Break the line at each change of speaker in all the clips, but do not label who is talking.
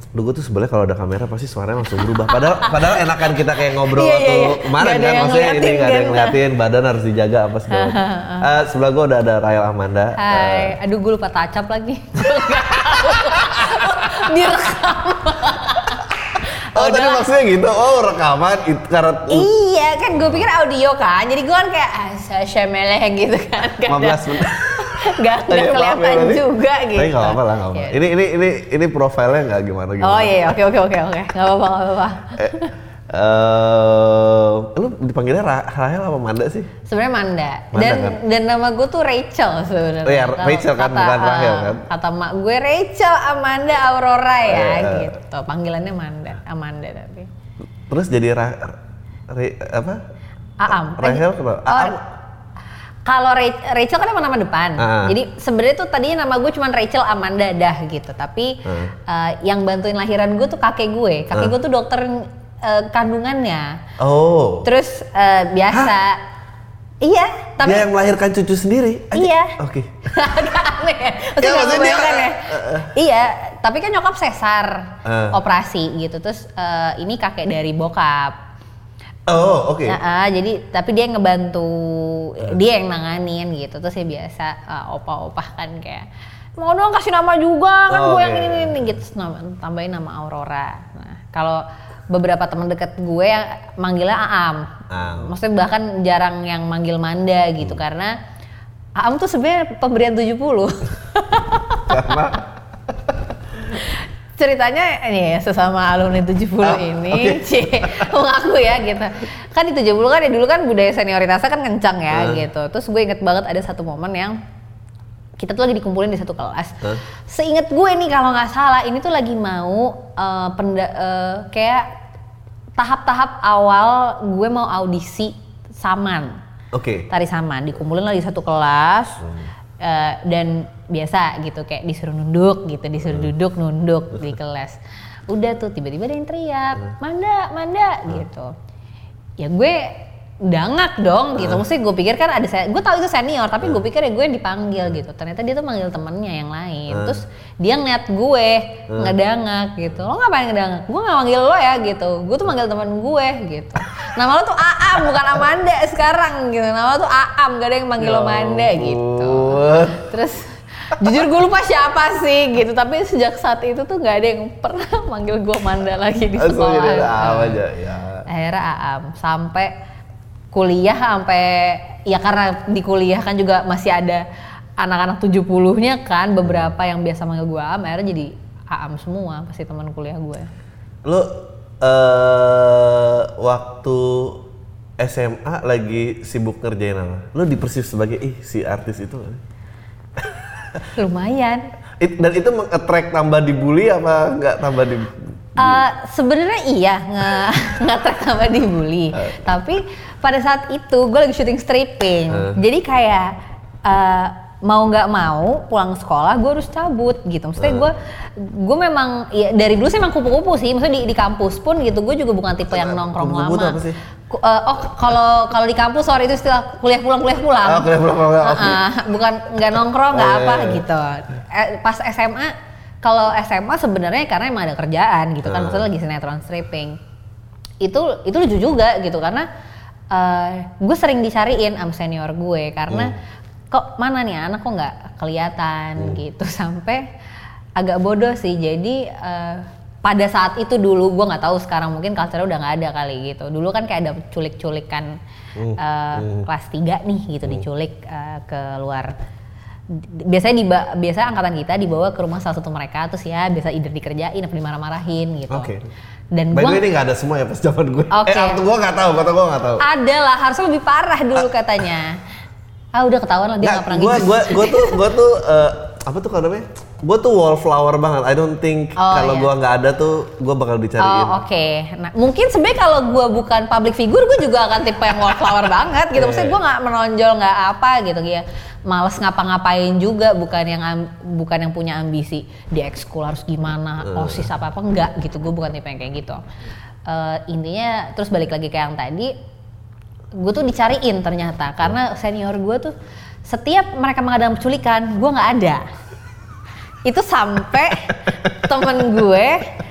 Lu gue tuh sebenarnya kalau ada kamera pasti suaranya langsung berubah. Padahal enakan kita kayak ngobrol waktu kemarin kan, maksudnya ini nggak ada yang ngeliatin, badan harus dijaga apa segala macam. Sebelah gue udah ada Rahel Amanda.
Hai, aduh gue lupa touch up lagi. Direkam.
Oh tadi maksudnya gitu, rekaman itu karena
iya kan gue pikir audio kan, jadi gue kan kayak Sasha Meleh gitu kan.
15 menit.
Gak kelihatan juga gitu.
Tapi nggak apa-apa lah, nggak apa-apa. Ini profilnya nggak gimana.
Oh iya, oke, nggak apa-apa.
Lu dipanggilnya Rahel apa Manda sih?
Sebenarnya Manda.
Kan?
Dan nama gue tuh Rachel sebenarnya.
Oh iya, Rachel kan, bukan Rahel kan?
Kata mak gue Rachel Amanda Aurora ya gitu. Panggilannya Amanda tapi.
Terus jadi apa?
Aam.
Rahel kenapa? Aam.
Kalau Rachel kan emang nama depan, jadi sebenarnya tuh tadinya nama gue cuma Rachel Amanda dah gitu, tapi yang bantuin lahiran gue tuh kakek gue tuh dokter kandungannya. Oh. Terus biasa, iya. Tapi
dia yang melahirkan cucu sendiri.
Iya.
Oke.
Agak aneh ya. Maksudnya ya. Iya, tapi kan nyokap sesar operasi gitu, terus ini kakek dari bokap.
Oh, oke.
Jadi tapi dia yang ngebantu, dia yang nanganin gitu. Terus ya biasa opa-opah kan kayak mau dong kasih nama juga kan, gue yang ini gitu. Tambahin nama Aurora. Nah, kalau beberapa teman dekat gue yang manggilnya Aam. Maksudnya bahkan jarang yang manggil Manda gitu karena Aam tuh sebenarnya pemberian 70.
Karena
ceritanya ini sesama alumni 70 ini mengaku ya gitu. Kan di 70 kan ya dulu kan budaya senioritasnya kan kencang ya gitu. Terus gue inget banget ada satu momen yang kita tuh lagi dikumpulin di satu kelas. Seinget gue nih kalau nggak salah ini tuh lagi mau kayak tahap-tahap awal gue mau audisi saman. Tari saman, dikumpulin lagi satu kelas. Dan biasa gitu kayak disuruh nunduk gitu, disuruh duduk nunduk di kelas. Udah tuh tiba-tiba ada yang teriak, Manda gitu. Ya gue dangak dong gitu. Maksudnya gue pikir kan gue tahu itu senior, tapi gue pikir ya gue yang dipanggil gitu. Ternyata dia tuh manggil temennya yang lain. Terus dia ngeliat gue ngedangak gitu. Lo ngapain ngedangak? Gue nggak manggil lo ya gitu. Gue tuh manggil temen gue gitu. Nama lo tuh Aam bukan Amanda sekarang gitu. Nama lo tuh Aam, gak ada yang manggil lo Manda gitu. Terus jujur gue lupa siapa sih gitu. Tapi sejak saat itu tuh gak ada yang pernah manggil gue Manda lagi di sekolah.
Jadi Aam aja ya.
Akhirnya Aam sampai kuliah ya karena di kuliah kan juga masih ada anak-anak 70-nya kan beberapa yang biasa manggil gue Aam, akhirnya jadi Aam semua pasti teman kuliah gue.
Lu waktu SMA lagi sibuk ngerjain apa? Lu dipersif sebagai si artis itu kan?
Lumayan.
Dan itu meng-attract tambah dibully apa nggak tambah di?
Sebenarnya iya nge-attract tambah dibully. Tapi pada saat itu gue lagi syuting stripping. Jadi kayak mau nggak mau pulang sekolah gue harus cabut gitu. Maksudnya gue memang ya dari dulu sih emang kupu-kupu sih. Maksudnya di kampus pun gitu gue juga bukan tipe yang nongkrong
kupu-kupu
lama.
Apa sih?
Kalau di kampus sorry itu istilah kuliah pulang.
Kuliah pulang.
Bukan nggak nongkrong nggak apa gitu. Pas SMA kalau SMA sebenarnya karena emang ada kerjaan gitu kan. Maksudnya lagi sinetron stripping. Itu lucu juga gitu karena gue sering dicariin sama senior gue karena kok mana nih anak kok nggak kelihatan gitu sampai agak bodoh sih. Jadi pada saat itu dulu gue nggak tahu sekarang mungkin culture udah nggak ada kali gitu. Dulu kan kayak ada culik-culikan kelas 3 nih gitu diculik ke luar. Biasanya angkatan kita dibawa ke rumah salah satu mereka terus ya biasa either dikerjain atau dimarah-marahin gitu. Dan
by the way ini nggak ada semua ya pas zaman gue. Waktu gue nggak tahu, kata gue nggak tahu.
Ada lah, harusnya lebih parah dulu katanya. Udah ketahuan lah dia nggak pernah gitu.
Gue tuh apa tuh kalau namanya? Gue tuh wallflower banget. I don't think kalau gue nggak ada tuh gue bakal dicariin.
Nah mungkin sebenarnya kalau gue bukan public figure gue juga akan tipe yang wallflower banget gitu. Maksudnya gue nggak menonjol nggak apa gitu ya. Males ngapa-ngapain juga, bukan yang punya ambisi di ekskul harus gimana, OSIS apa enggak gitu. Gue bukan tipe yang kayak gitu. Intinya terus balik lagi ke yang tadi, gue tuh dicariin ternyata karena senior gue tuh setiap mereka mengadakan penculikan gue nggak ada. Itu sampai temen gue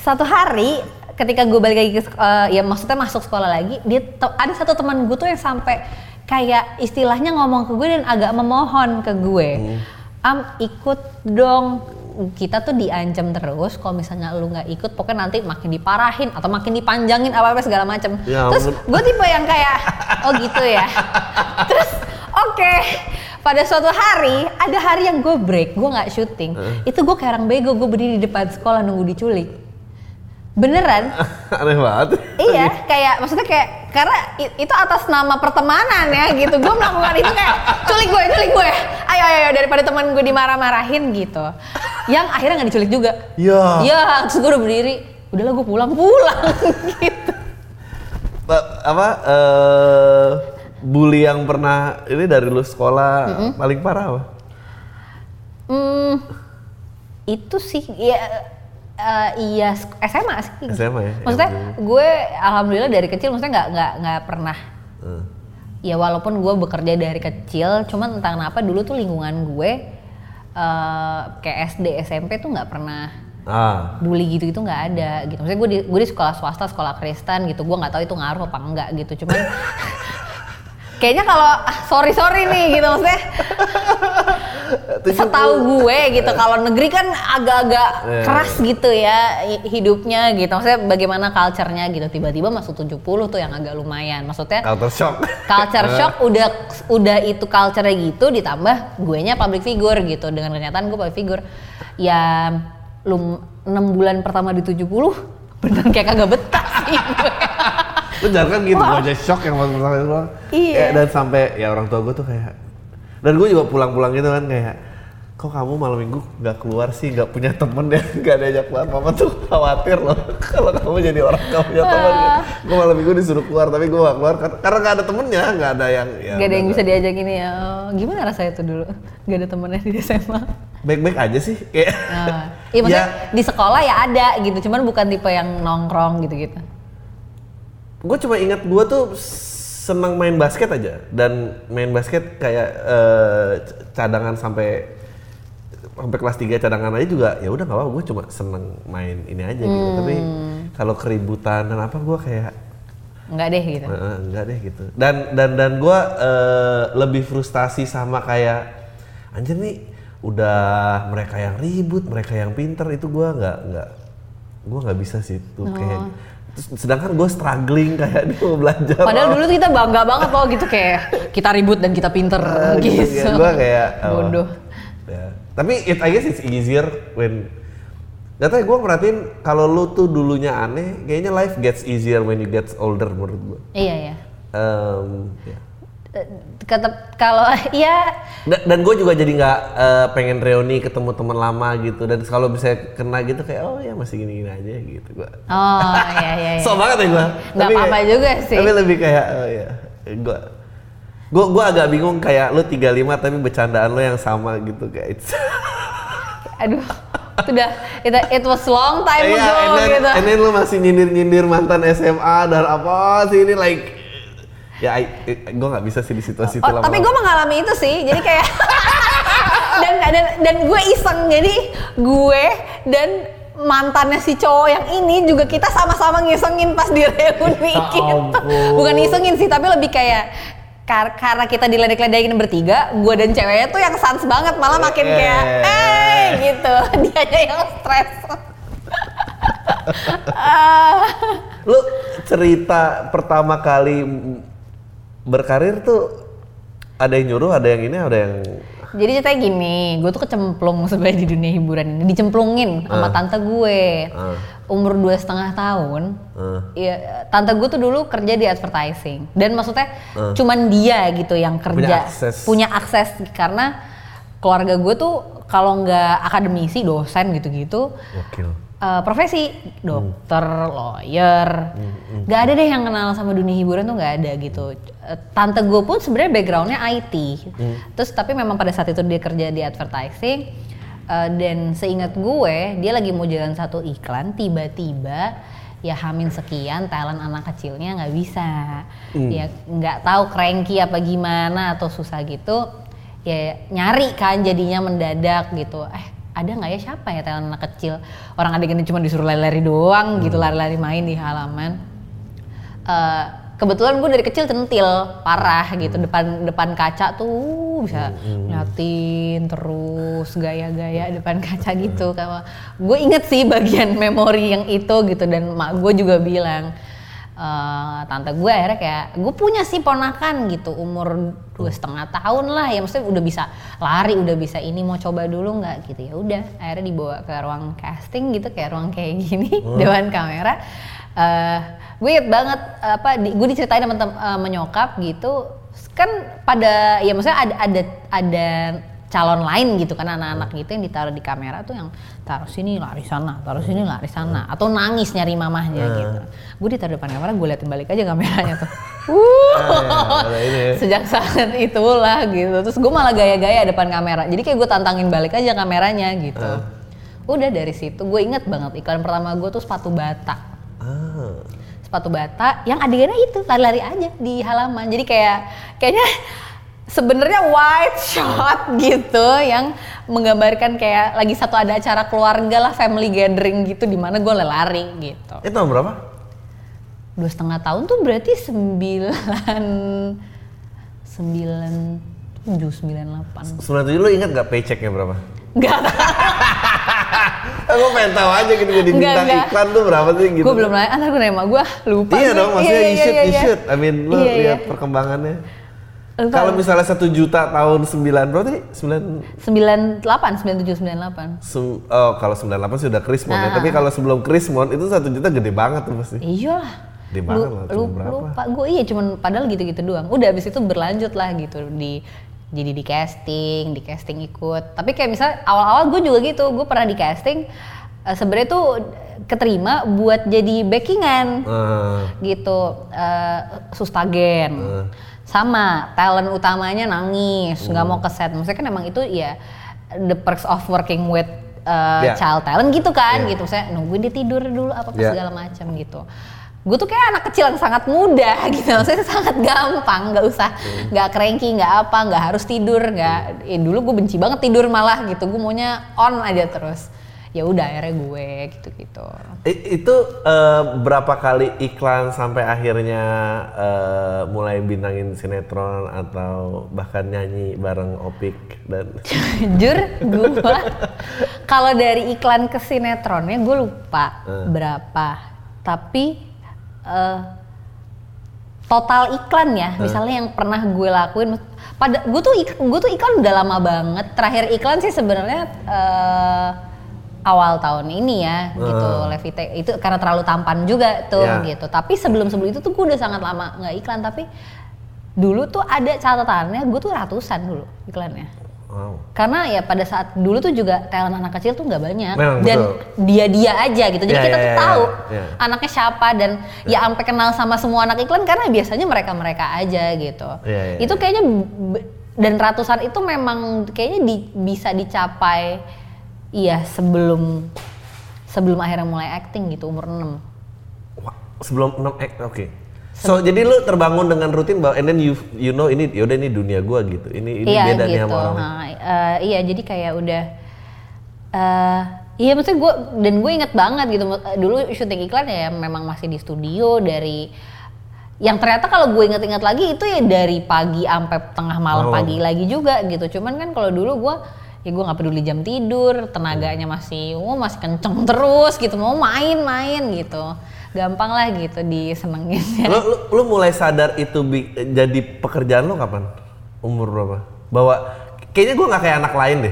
Satu hari ketika gue balik lagi ke ya maksudnya masuk sekolah lagi, ada satu teman gue tuh yang sampai kayak istilahnya ngomong ke gue dan agak memohon ke gue, ikut dong, kita tuh diancam terus kalau misalnya lu nggak ikut pokoknya nanti makin diparahin atau makin dipanjangin apa segala macem. Ya, terus gue tipe yang kayak oh gitu ya. Terus oke. Pada suatu hari, ada hari yang gue break, gue nggak syuting. Itu gue kayak orang bego, gue berdiri di depan sekolah nunggu diculik. Beneran?
Aneh banget.
Iya, kayak maksudnya kayak karena itu atas nama pertemanan ya gitu. Gue melakukan itu kayak culik gue. Ayo daripada teman gue dimarah-marahin gitu. Yang akhirnya nggak diculik juga. Iya, terus gue udah berdiri. Udahlah gue pulang gitu.
Bully yang pernah ini dari lu sekolah paling parah apa?
Itu sih ya iya SMA sih.
SMA ya.
Maksudnya gue alhamdulillah dari kecil maksudnya nggak pernah. Ya walaupun gue bekerja dari kecil, cuman entah kenapa dulu tuh lingkungan gue kayak SD SMP tuh nggak pernah bully gitu nggak ada gitu. Maksudnya gue di sekolah swasta, sekolah Kristen gitu. Gue nggak tahu itu ngaruh apa enggak gitu. Cuman kayaknya kalau sorry nih gitu maksudnya setahu gue gitu kalau negeri kan agak-agak keras gitu ya hidupnya gitu maksudnya bagaimana culture-nya gitu tiba-tiba masuk 70 tuh yang agak lumayan maksudnya culture shock udah itu culture-nya gitu ditambah guenya public figure gitu dengan kenyataan gue public figure ya 6 bulan pertama di 70 beneran kayak kagak betah sih gue.
Lu jangan kan gitu, gue aja shock yang pertama itu doang. Iya. Dan sampai ya orang tua gue tuh kayak, dan gue juga pulang-pulang gitu kan kayak, kok kamu malam minggu nggak keluar sih, nggak punya temen ya, nggak diajak keluar. Mama tuh khawatir loh kalau kamu jadi orang nggak punya temen. Gitu. Gue malam minggu disuruh keluar tapi gue nggak keluar karena nggak ada temennya, nggak ada yang.
Nggak ada yang bisa diajak ini ya. Gimana rasanya tuh dulu? Nggak ada temennya di SMA.
Baik-baik aja sih kayak.
Iya maksudnya di sekolah ya ada gitu, cuman bukan tipe yang nongkrong gitu-gitu.
Gue cuma ingat gue tuh senang main basket aja dan main basket kayak cadangan sampai kelas 3 cadangan aja juga ya udah nggak apa-apa, gue cuma seneng main ini aja gitu. Tapi kalau keributan dan apa gue kayak
nggak deh gitu.
Nggak deh gitu. Dan gue lebih frustasi sama kayak anjir nih udah mereka yang ribut, mereka yang pinter itu gue nggak bisa sih tuh kayak. Sedangkan gue struggling kayak dia mau belajar.
Padahal dulu kita bangga banget loh gitu kayak kita ribut dan kita pinter gitu.
Ya, gue kayak
bodoh.
Ya. Tapi I guess it's easier when. Gak tau ya gue merhatiin kalau lu tuh dulunya aneh, kayaknya life gets easier when you get older menurut gue.
Iya ya.
Ya.
Kalau ya.
Dan gue juga jadi nggak pengen reuni ketemu teman lama gitu dan kalau bisa kena gitu kayak oh ya masih gini-gini aja gitu gue.
Oh iya.
So banget ya gue.
Nggak apa-apa juga sih.
Tapi lebih kayak oh ya gue agak bingung kayak lu 35 tapi bercandaan lu yang sama gitu guys.
Aduh. It was long time ago gitu.
And then lu masih nyindir mantan SMA dan apa sih ini like ya, gue nggak bisa sih di situasi itu lama.
Tapi gue mengalami itu sih, jadi kayak dan gue iseng, jadi gue dan mantannya si cowok yang ini juga kita sama-sama ngisengin pas di reuni gitu. Bukan ngisengin sih, tapi lebih kayak karena kita diledek-ledekin bertiga, gue dan ceweknya tuh yang sans banget, malah makin kayak gitu, dianya yang stres.
Lu cerita pertama kali berkarir tuh ada yang nyuruh, ada yang ini, ada yang...
Jadi ceritanya gini, gue tuh kecemplung sebenarnya di dunia hiburan ini, dicemplungin sama tante gue. Umur 2,5 tahun, ya, tante gue tuh dulu kerja di advertising. Dan maksudnya cuman dia gitu yang kerja, punya akses karena keluarga gue tuh kalau nggak akademisi, dosen gitu-gitu. Profesi dokter, lawyer, nggak ada deh yang kenal sama dunia hiburan tuh nggak ada gitu. Tante gue pun sebenarnya backgroundnya IT, terus tapi memang pada saat itu dia kerja di advertising dan seingat gue dia lagi mau jalan satu iklan tiba-tiba ya Hamin sekian talent anak kecilnya nggak bisa, ya nggak tahu cranky apa gimana atau susah gitu, ya nyari kan jadinya mendadak gitu. ada nggak ya siapa ya talent anak kecil, orang adegannya cuma disuruh lari-lari doang gitu, lari-lari main di halaman. Kebetulan gue dari kecil centil parah gitu, depan kaca tuh bisa ngeliatin terus gaya-gaya depan kaca gitu. Kalau gue inget sih bagian memori yang itu gitu, dan mak gue juga bilang, tante gue akhirnya kayak gue punya sih ponakan gitu umur 2,5 tahun lah ya, maksudnya udah bisa lari, udah bisa ini, mau coba dulu nggak gitu. Ya udah akhirnya dibawa ke ruang casting gitu, kayak ruang kayak gini depan kamera. Gue inget banget gue diceritain sama nyokap gitu kan, pada ya maksudnya ada calon lain gitu kan, anak-anak gitu yang ditaruh di kamera tuh yang taruh sini lari sana, taruh sini lari sana, atau nangis nyari mamahnya gitu. Gue ditaruh depan kamera, gue liatin balik aja kameranya tuh. Sejak saat itulah gitu, terus gue malah gaya-gaya depan kamera, jadi kayak gue tantangin balik aja kameranya gitu. Udah dari situ gue inget banget iklan pertama gue tuh sepatu bata. Sepatu bata yang adegannya itu lari-lari aja di halaman, jadi kayaknya sebenarnya wide shot gitu yang menggambarkan kayak lagi satu ada acara keluarga lah, family gathering gitu, di mana gue lari gitu.
Itu tahun berapa?
2,5 tahun tuh berarti 97, 98.
97 lu ingat gak paychecknya berapa?
Enggak.
Gue pengen tahu aja gitu, jadi bintang iklan tuh berapa sih gitu.
Gue belum nanya, antar gue nanya sama gue, lupa.
Iya dong, maksudnya you should. I mean, lu lihat perkembangannya. Kalau misalnya 1 juta tahun 9 berarti
98, 97, 98.
Kalau 98 sih udah Krismon ya, tapi kalau sebelum Krismon itu 1 juta gede banget tuh pasti.
Iyalah.
Gede banget lah,
lupa gue, iya cuman padahal gitu-gitu doang. Udah abis itu berlanjut lah gitu jadi di casting ikut. Tapi kayak misalnya awal-awal gue juga gitu, gue pernah di casting sebenarnya tuh keterima buat jadi backingan gitu, sustagen. Sama talent utamanya nangis, nggak mau ke set. Maksudnya kan emang itu ya the perks of working with child talent gitu kan, gitu. Saya nungguin dia tidur dulu apa segala macam gitu. Gue tuh kayak anak kecil yang sangat muda gitu, maksudnya sangat gampang, nggak cranky, nggak apa, nggak harus tidur, nggak. Dulu gue benci banget tidur malah gitu, gue maunya on aja terus. Ya udah akhirnya gue gitu.
Itu berapa kali iklan sampai akhirnya mulai bintangin sinetron atau bahkan nyanyi bareng Opik dan
jujur gue kalau dari iklan ke sinetronnya gue lupa berapa, tapi total iklan ya, misalnya yang pernah gue lakuin, gue tuh iklan udah lama banget. Terakhir iklan sih sebenarnya awal tahun ini ya, gitu. Levite itu karena terlalu tampan juga tuh, gitu. Tapi sebelum itu tuh gue udah sangat lama nggak iklan. Tapi dulu tuh ada catatannya, gue tuh ratusan dulu iklannya. Wow. Karena ya pada saat dulu tuh juga talent anak kecil tuh nggak banyak.
Memang,
dan
betul.
dia aja gitu, jadi kita tuh tahu anaknya siapa, dan ya sampai kenal sama semua anak iklan karena biasanya mereka aja gitu. Itu kayaknya dan ratusan itu memang kayaknya bisa dicapai sebelum akhirnya mulai acting gitu, umur 6.
Wah, sebelum 6 oke. So jadi lu terbangun dengan rutin bahwa and then you know ini yaudah ini dunia gua gitu. Ini beda nih sama orang.
Iya, jadi kayak udah iya maksudnya gue inget banget gitu, dulu syuting iklan ya memang masih di studio, dari yang ternyata kalau gue inget-inget lagi itu ya dari pagi sampai tengah malam pagi lagi juga gitu. Cuman kan kalau dulu gue nggak peduli jam tidur, tenaganya masih kenceng terus gitu, mau main gitu. Gampang lah gitu disenengin.
Lu mulai sadar itu jadi pekerjaan lo kapan? Umur berapa? Bahwa kayaknya gue nggak kayak anak lain deh.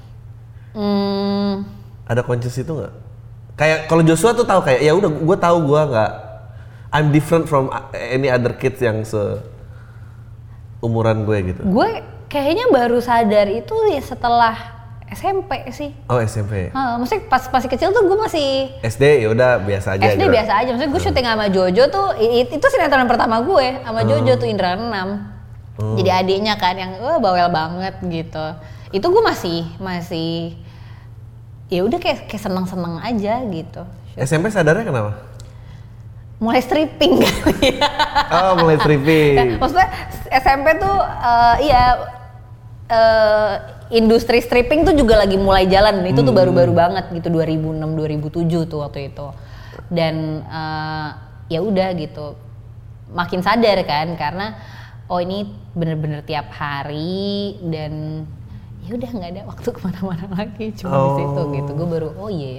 Ada conscious itu nggak? Kayak kalau Joshua tuh tahu kayak ya udah gue tahu gue nggak, I'm different from any other kids yang umuran gue gitu.
Gue kayaknya baru sadar itu ya setelah SMP sih.
Oh SMP.
Maksudnya pas masih kecil tuh gue masih
SD ya udah biasa aja.
SD biasa aja. Maksudnya gue syuting sama Jojo tuh itu sinetron pertama gue sama Jojo tuh Indra 6. Jadi adiknya kan yang bawel banget gitu. Itu gue masih ya udah kayak seneng aja gitu.
SMP sadarnya kenapa?
Mulai stripping kali ya.
Oh mulai stripping.
Maksudnya SMP tuh industri stripping tuh juga lagi mulai jalan. Itu tuh baru-baru banget gitu 2006 2007 tuh waktu itu. Dan ya udah gitu. Makin sadar kan karena ini bener-bener tiap hari dan ya udah nggak ada waktu kemana-mana lagi cuma di situ gitu. Gue baru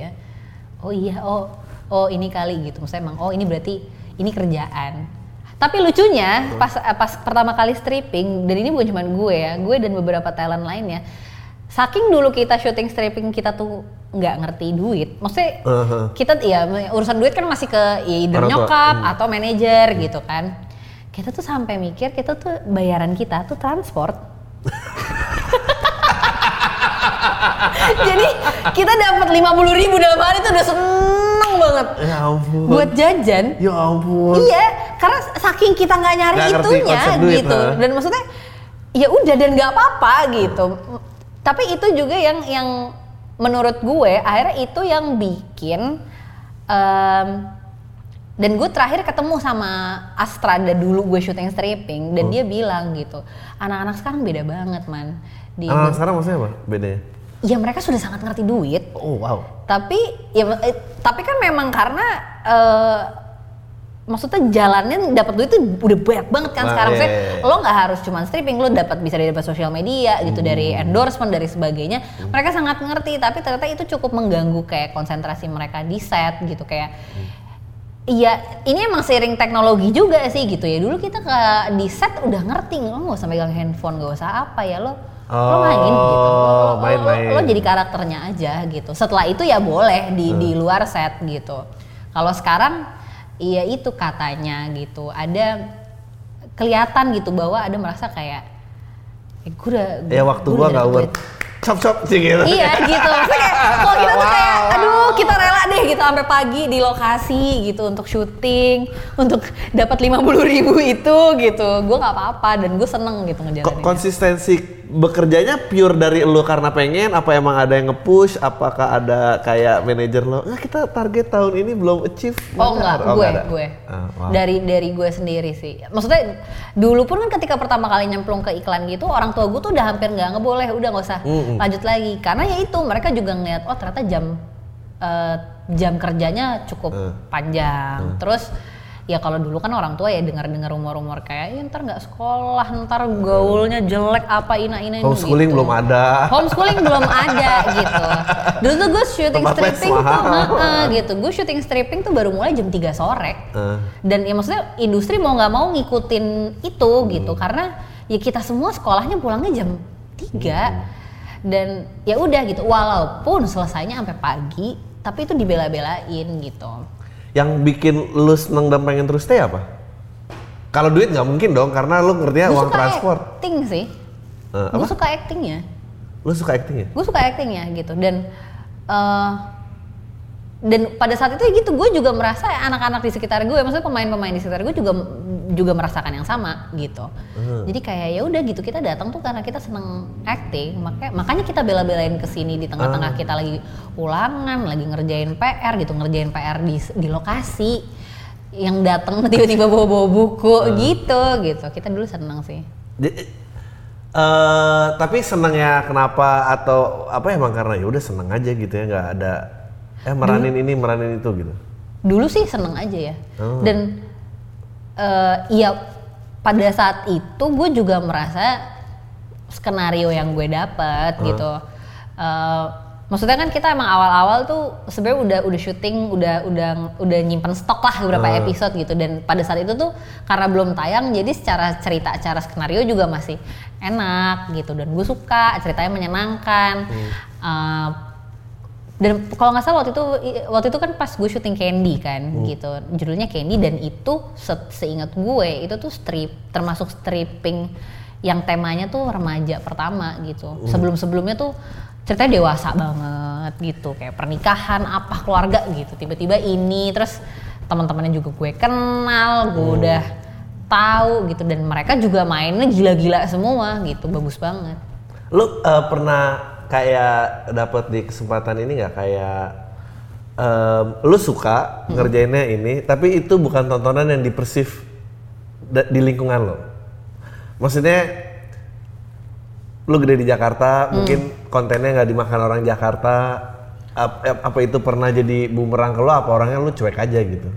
ini kali gitu. Maksudnya emang ini berarti ini kerjaan. Tapi lucunya pas pertama kali stripping, dan ini bukan cuma gue dan beberapa talent lainnya, saking dulu kita syuting stripping kita tuh nggak ngerti duit. Maksudnya kita ya urusan duit kan masih ke either nyokap atau manajer gitu kan. Kita tuh sampai mikir kita tuh bayaran kita tuh transport. Jadi kita dapat 50.000 dalam hari tuh udah seneng banget.
Ya ampun.
Buat jajan.
Ya ampun.
Iya, karena saking kita nggak nyari itunya gitu. Dan maksudnya ya udah dan nggak apa-apa gitu. Tapi itu juga yang menurut gue akhirnya itu yang bikin dan gue terakhir ketemu sama Astrada dulu gue syuting stripping dan dia bilang gitu, anak-anak sekarang beda banget man.
Anak sekarang maksudnya apa bedanya?
Ya mereka sudah sangat ngerti duit.
Oh wow.
Tapi kan memang karena maksudnya jalannya dapat duit itu udah banyak banget kan sekarang. Maksudnya lo nggak harus cuma stripping, lo bisa dapat sosial media gitu, dari endorsement dari sebagainya. Mereka sangat ngerti, tapi ternyata itu cukup mengganggu kayak konsentrasi mereka di set gitu kayak. Iya, ini emang seiring teknologi juga sih gitu ya. Dulu kita di set udah ngerti, lo nggak usah megang handphone, nggak usah apa ya lo main gitu. Lo jadi karakternya aja gitu. Setelah itu ya boleh di luar set gitu. Kalau sekarang, iya itu katanya gitu. Ada kelihatan gitu bahwa ada merasa kayak,
waktu gua nggak worth. Cop sih gitu.
Iya gitu. Kayak kalau kita tuh kayak aduh kita rela deh gitu sampai pagi di lokasi gitu untuk syuting, untuk dapat 50.000 itu gitu. Gue nggak apa-apa dan gue seneng gitu ngejalaninnya.
Konsistensi bekerjanya pure dari lo karena pengen, apa emang ada yang nge-push, apakah ada kayak manajer lo, kita target tahun ini belum achieve?
Gue. Wow. Dari gue sendiri sih. Maksudnya dulu pun kan ketika pertama kali nyemplung ke iklan gitu, orang tua gue tuh udah hampir nggak boleh, udah nggak usah lanjut lagi. Karena ya itu mereka juga ngeliat, ternyata jam kerjanya cukup panjang. Terus ya kalau dulu kan orang tua ya dengar rumor-rumor kayak ntar nggak sekolah, ntar gaulnya jelek apa ina
homeschooling
gitu. Homeschooling belum ada gitu. Dulu tuh gue syuting stripping tuh gitu. Gue syuting stripping tuh baru mulai jam 3 sore. Dan ya maksudnya industri mau nggak mau ngikutin itu gitu karena ya kita semua sekolahnya pulangnya jam 3. Dan ya udah gitu. Walaupun selesainya sampai pagi, tapi itu dibela-belain gitu.
Yang bikin lu seneng dan pengen terus stay apa? Kalau duit nggak mungkin dong, karena lu ngertinya uang transport.
Gue suka acting sih. Gue suka actingnya.
Lu suka actingnya?
Gue suka actingnya gitu dan pada saat itu gitu gue juga merasa anak-anak di sekitar gue, maksudnya pemain-pemain di sekitar gue juga merasakan yang sama gitu. Jadi kayak ya udah gitu kita datang tuh karena kita seneng acting, makanya kita bela-belain kesini di tengah-tengah kita lagi ulangan, lagi ngerjain PR di lokasi, yang datang tiba-tiba bawa buku gitu. Kita dulu seneng sih.
Tapi senengnya kenapa atau apa emang karena ya udah seneng aja gitu ya, nggak ada meranin ini meranin itu gitu.
Dulu sih seneng aja ya. Dan ya pada saat itu gue juga merasa skenario yang gue dapet gitu. Maksudnya kan kita emang awal-awal tuh sebenarnya udah syuting, udah nyimpen stok lah beberapa episode gitu. Dan pada saat itu tuh karena belum tayang, jadi secara cerita, secara skenario juga masih enak gitu. Dan gue suka, ceritanya menyenangkan. Dan kalau nggak salah waktu itu kan pas gue syuting Candy kan gitu, judulnya Candy, dan itu seingat gue itu tuh termasuk stripping yang temanya tuh remaja pertama gitu. Sebelumnya tuh ceritanya dewasa banget gitu, kayak pernikahan apa keluarga gitu. Tiba-tiba ini terus teman-temannya juga gue kenal, gue udah tahu gitu, dan mereka juga mainnya gila-gila semua gitu, bagus banget.
Lu pernah kayak dapat di kesempatan ini nggak kayak lu suka ngerjainnya ini, tapi itu bukan tontonan yang di lingkungan lo. Maksudnya lu gede di Jakarta, mungkin kontennya nggak dimakan orang Jakarta, apa itu pernah jadi bumerang ke lu, apa orangnya lu cuek aja gitu?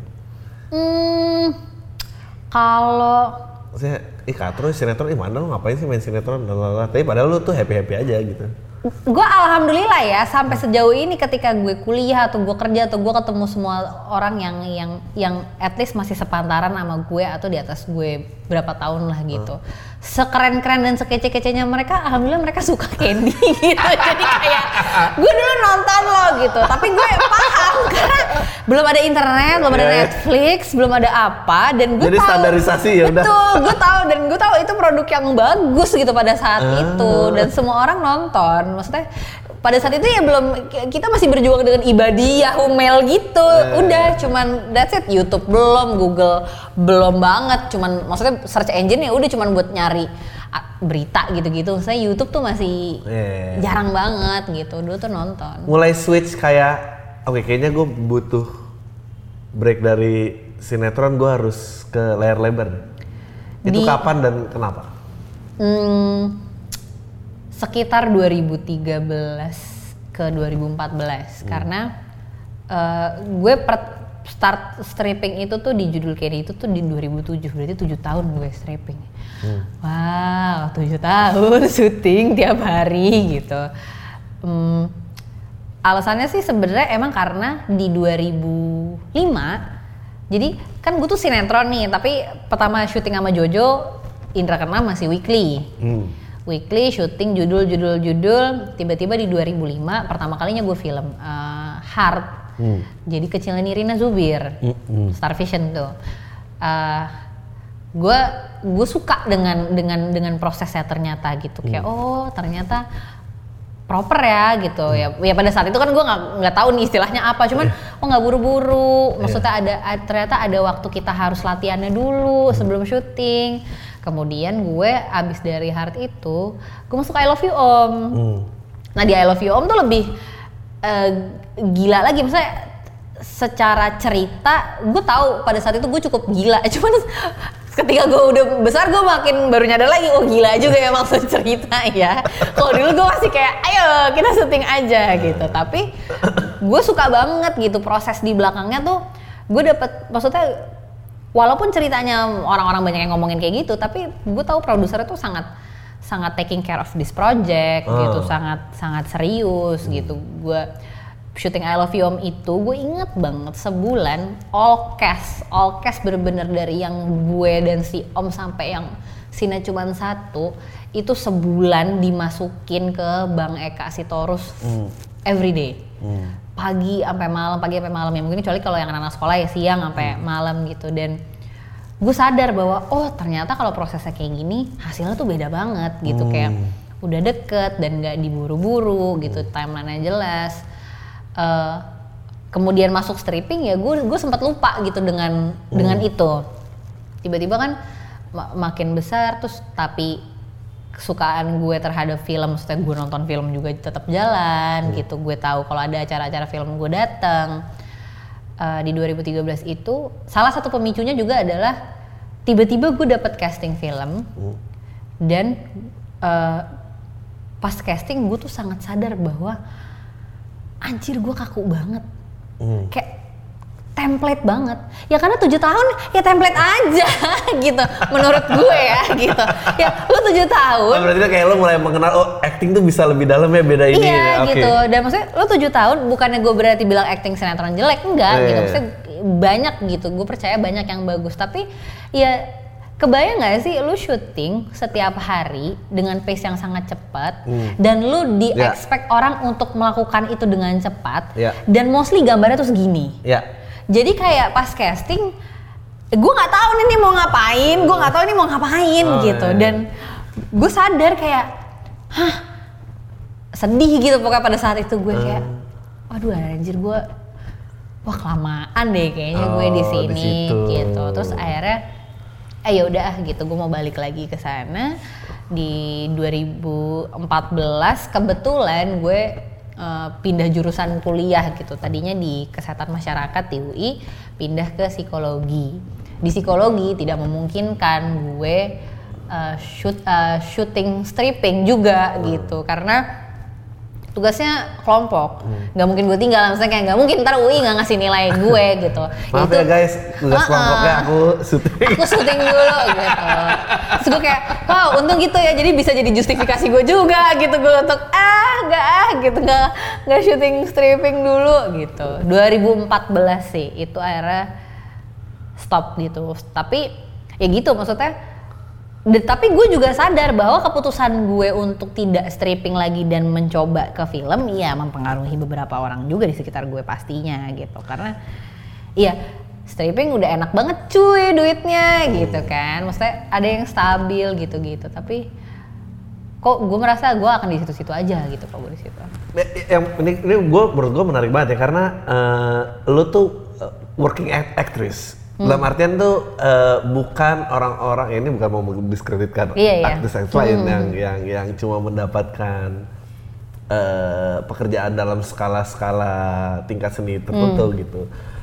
Kalau
maksudnya, Katro sinetron, mana lu ngapain sih main sinetron, tapi padahal lu tuh happy-happy aja gitu.
Gue alhamdulillah ya sampai sejauh ini ketika gue kuliah atau gue kerja atau gue ketemu semua orang yang at least masih sepantaran sama gue atau di atas gue berapa tahun lah gitu. Sekeren-keren dan sekece-kecenya mereka, alhamdulillah mereka suka Candy gitu. Jadi kayak gue dulu nonton lo gitu, tapi gue paham karena belum ada internet, belum ada Netflix, belum ada apa, dan gue
jadi standarisasi ya udah.
Betul, gue tahu itu produk yang bagus gitu pada saat itu dan semua orang nonton. Maksudnya pada saat itu ya belum, kita masih berjuang dengan ibadiyah, Humel gitu. Udah cuman that's it, YouTube belum, Google belum banget, cuman maksudnya search engine ya udah cuman buat nyari berita gitu-gitu. Saya YouTube tuh masih jarang banget gitu. Dulu tuh nonton.
Mulai switch kayak oke, kayaknya gue butuh break dari sinetron, gue harus ke layar lebar. Itu kapan dan kenapa?
Sekitar 2013 ke 2014 karena gue start stripping itu tuh di Judul Candy itu tuh di 2007, berarti 7 tahun gue stripping. Wow, 7 tahun syuting tiap hari gitu. Alasannya sih sebenarnya emang karena di 2005, jadi kan gue tuh sinetron nih, tapi pertama syuting sama Jojo, Indra Keenam masih weekly. Weekly syuting judul, tiba-tiba di 2005 pertama kalinya gue film Heart. Jadi kecilnya Nirina Zubir, Star Vision tuh. Gue suka dengan prosesnya ternyata gitu, kayak oh ternyata proper ya gitu. Ya pada saat itu kan gue nggak tahu nih istilahnya apa, cuman nggak buru-buru. Maksudnya ternyata ada waktu kita harus latihannya dulu sebelum syuting. Kemudian gue abis dari Heart itu, gue masuk I Love You Om. Nah di I Love You Om tuh lebih gila lagi, maksudnya secara cerita gue tahu pada saat itu gue cukup gila. Cuman ketika gue udah besar gue makin baru nyadar lagi, oh gila juga ya maksud cerita ya. Kalau dulu gue masih kayak ayo kita syuting aja gitu. Tapi gue suka banget gitu proses di belakangnya tuh. Gue dapet, maksudnya walaupun ceritanya orang-orang banyak yang ngomongin kayak gitu, tapi gue tahu produsernya tuh sangat taking care of this project gitu, sangat serius gitu. Gue syuting I Love You Om itu gue inget banget sebulan all cast bener-bener dari yang gue dan si Om sampai yang scene cuma satu itu sebulan dimasukin ke Bang Eka Sitorus everyday. Pagi sampai malam ya, mungkin kecuali kalau yang anak-anak sekolah ya siang sampai malam gitu. Dan gue sadar bahwa oh ternyata kalau prosesnya kayak gini hasilnya tuh beda banget gitu, kayak udah deket dan nggak diburu-buru gitu, timelinenya jelas. Kemudian masuk stripping ya gue sempat lupa gitu dengan itu. Tiba-tiba kan makin besar terus, tapi kesukaan gue terhadap film, maksudnya gue nonton film juga tetap jalan gitu. Gue tahu kalau ada acara-acara film gue datang. Di 2013 itu salah satu pemicunya juga adalah tiba-tiba gue dapet casting film dan pas casting gue tuh sangat sadar bahwa anjir gue kaku banget, kayak template banget ya, karena 7 tahun ya template aja gitu menurut gue ya gitu ya. Lu 7 tahun
berarti kayak lu mulai mengenal oh acting tuh bisa lebih dalam ya, beda ini
iya gitu. Dan maksudnya lu 7 tahun bukannya gue berarti bilang acting sinetron jelek, enggak gitu, maksudnya banyak gitu, gue percaya banyak yang bagus. Tapi ya kebayang gak sih lu syuting setiap hari dengan pace yang sangat cepat dan lu di-expect orang untuk melakukan itu dengan cepat dan mostly gambarnya tuh segini. Jadi kayak pas casting, gue nggak tahu nih mau ngapain, gitu. Dan gue sadar kayak, sedih gitu pokoknya pada saat itu gue kayak, waduh anjir gue, wah kelamaan deh kayaknya gue di sini gitu. Terus akhirnya, ya udah gitu, gue mau balik lagi ke sana. Di 2014 kebetulan gue pindah jurusan kuliah gitu. Tadinya di kesehatan masyarakat di UI, pindah ke psikologi. Di psikologi tidak memungkinkan gue shooting stripping juga gitu, karena tugasnya kelompok, nggak mungkin gue tinggal, maksudnya kayak nggak mungkin ntar UI nggak ngasih nilai gue gitu.
Maaf ya guys, tugas kelompoknya aku
syuting dulu gitu. Terus gue kayak, wow untung gitu ya, jadi bisa jadi justifikasi gue juga gitu, gue untuk nggak shooting stripping dulu gitu. 2014 sih itu akhirnya stop gitu. Tapi ya gitu maksudnya. Tapi gue juga sadar bahwa keputusan gue untuk tidak stripping lagi dan mencoba ke film ya mempengaruhi beberapa orang juga di sekitar gue pastinya gitu, karena ya stripping udah enak banget cuy duitnya gitu kan, maksudnya ada yang stabil gitu-gitu, tapi kok gue merasa gue akan di situ-situ aja gitu kok gue di situ.
Yang ini menurut gue menarik banget ya, karena lo tuh working actress. Dalam artian tuh bukan orang-orang ini bukan mau mendiskreditkan artis lain yang cuma mendapatkan pekerjaan dalam skala tingkat seni tertentu gitu.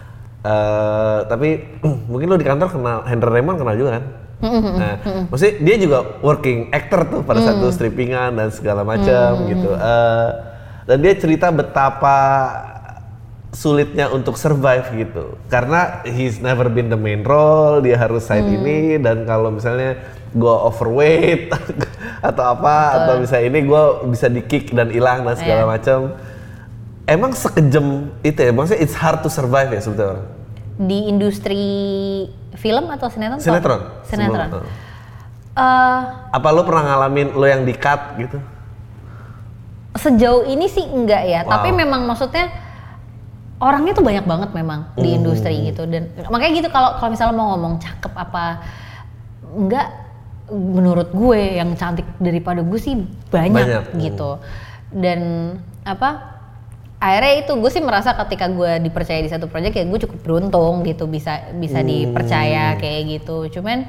Tapi mungkin lo di kantor kenal Henry Raymond, kenal juga kan? Nah, maksudnya dia juga working actor tuh pada saat itu, strippingan dan segala macam gitu. Dan dia cerita betapa sulitnya untuk survive gitu, karena he's never been the main role, dia harus side ini, dan kalau misalnya gue overweight atau apa, atau misalnya ini gue bisa di kick dan hilang dan segala macam. Emang sekejam itu ya, maksudnya it's hard to survive ya sebetulnya
di industri film atau sinetron? Sinetron.
Apa lo pernah ngalamin lo yang di cut gitu?
Sejauh ini sih enggak ya, tapi memang maksudnya orangnya tuh banyak banget memang di industri gitu, dan makanya gitu kalau misalnya mau ngomong cakep apa enggak, menurut gue yang cantik daripada gue sih banyak. Gitu. Dan akhirnya itu gue sih merasa ketika gue dipercaya di satu proyek ya gue cukup beruntung gitu, bisa dipercaya kayak gitu. Cuman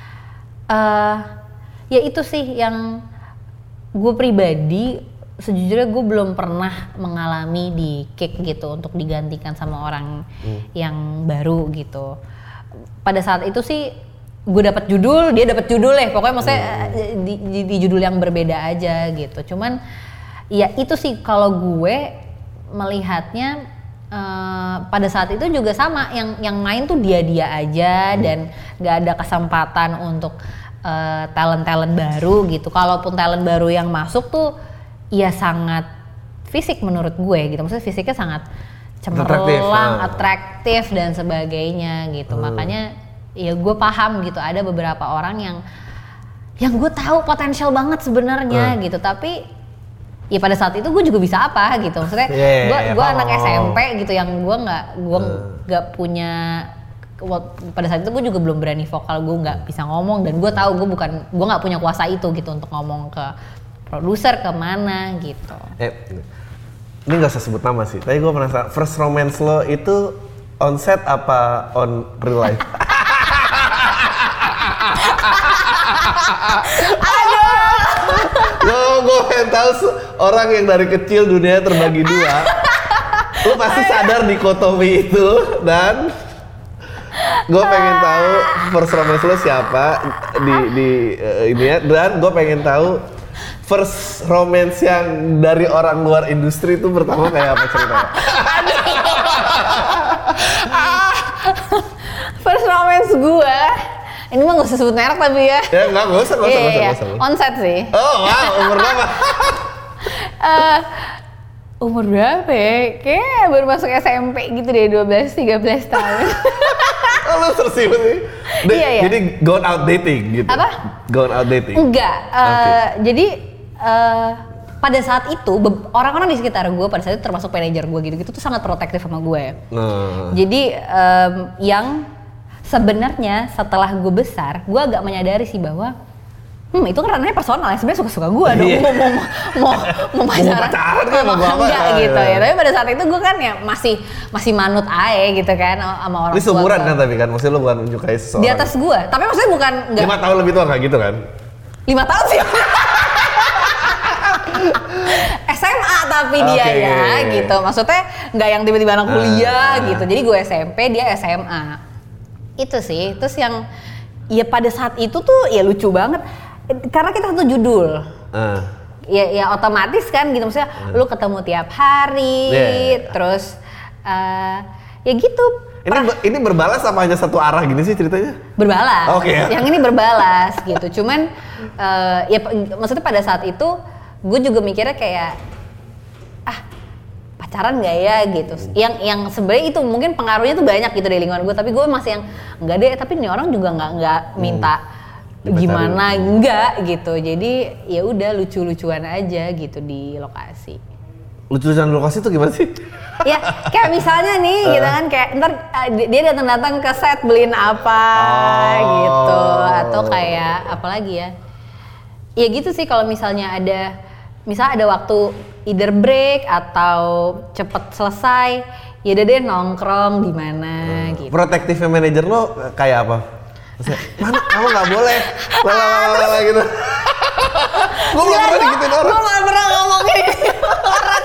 ya itu sih yang gue pribadi sejujurnya gue belum pernah mengalami di kick gitu untuk digantikan sama orang yang baru gitu. Pada saat itu sih gue dapat judul, dia dapat judul pokoknya maksudnya di judul yang berbeda aja gitu. Cuman ya itu sih kalau gue melihatnya pada saat itu juga sama, yang main tuh dia aja dan nggak ada kesempatan untuk talent baru gitu. Kalaupun talent baru yang masuk tuh ya sangat fisik menurut gue gitu, maksudnya fisiknya sangat cemerlang, atraktif dan sebagainya gitu. Makanya ya gue paham gitu, ada beberapa orang yang gue tahu potensial banget sebenarnya gitu, tapi ya pada saat itu gue juga bisa apa gitu, maksudnya gue anak SMP gitu yang gue nggak punya, pada saat itu gue juga belum berani vokal, gue nggak bisa ngomong, dan gue tahu gue nggak punya kuasa itu gitu untuk ngomong ke produser kemana gitu.
Ini nggak usah sebut nama sih, tapi gue penasaran, first romance lo itu on set apa on real life? Gue pengen tahu orang yang dari kecil dunia terbagi dua, lo pasti sadar dikotomi itu, dan gue pengen tahu first romance lo siapa di ini ya, dan gue pengen tahu first romance yang dari orang luar industri itu pertama kayak apa ceritanya?
First romance gue, ini mah gak usah sebut merek tapi ya.
Ya gak usah.
Onset sih.
Oh wow, umur berapa?
Umur berapa ya? Kayak baru masuk SMP gitu deh, 12-13 tahun.
Oh lu tersibuk sih?
Iya.
Jadi gone out dating gitu?
Apa?
Gone out dating?
Enggak, jadi pada saat itu orang-orang di sekitar gue pada saat itu termasuk manajer gue gitu tuh sangat protektif sama gue. Jadi yang sebenarnya setelah gue besar, gue agak menyadari sih bahwa itu kan ranahnya personal ya, sebenarnya suka-suka gue dong, mau pacaran enggak gitu ya. Tapi pada saat itu gue kan ya masih manut aja gitu kan sama orang tua.
Ini seumuran kan tapi kan, maksudnya lu bukan menyukai seseorang.
Di atas gue, tapi maksudnya bukan
5 tahun lebih tua kayak gitu kan?
5 tahun sih. SMA tapi dia ya gitu, maksudnya nggak yang tiba-tiba anak kuliah gitu. Jadi gue SMP, dia SMA. Itu sih, terus yang ya pada saat itu tuh ya lucu banget. karena kita satu judul. Ya otomatis kan gitu, maksudnya lu ketemu tiap hari, terus ya gitu.
Ini berbalas apa hanya satu arah gini sih ceritanya?
Berbalas.
Okay.
Yang ini berbalas gitu. Cuman ya maksudnya pada saat itu gue juga mikirnya kayak pacaran nggak ya gitu. Yang sebenarnya itu mungkin pengaruhnya tuh banyak gitu di lingkungan gue, tapi gue masih yang enggak deh, tapi ini orang juga nggak minta gimana, enggak gitu. Jadi ya udah lucu-lucuan aja gitu di lokasi.
Lucu-lucuan lokasi tuh gimana sih?
Ya kayak misalnya nih gitu kan, kayak ntar dia datang ke set beliin apa gitu, atau kayak apa lagi ya? Ya gitu sih, kalau misalnya ada waktu either break atau cepet selesai, ya udah deh nongkrong di mana gitu.
Protektifnya manajer lo kayak apa? Mana kamu nggak boleh, lala gitu. Gue nggak pernah digituin orang.
Gue nggak pernah ngomongin orang.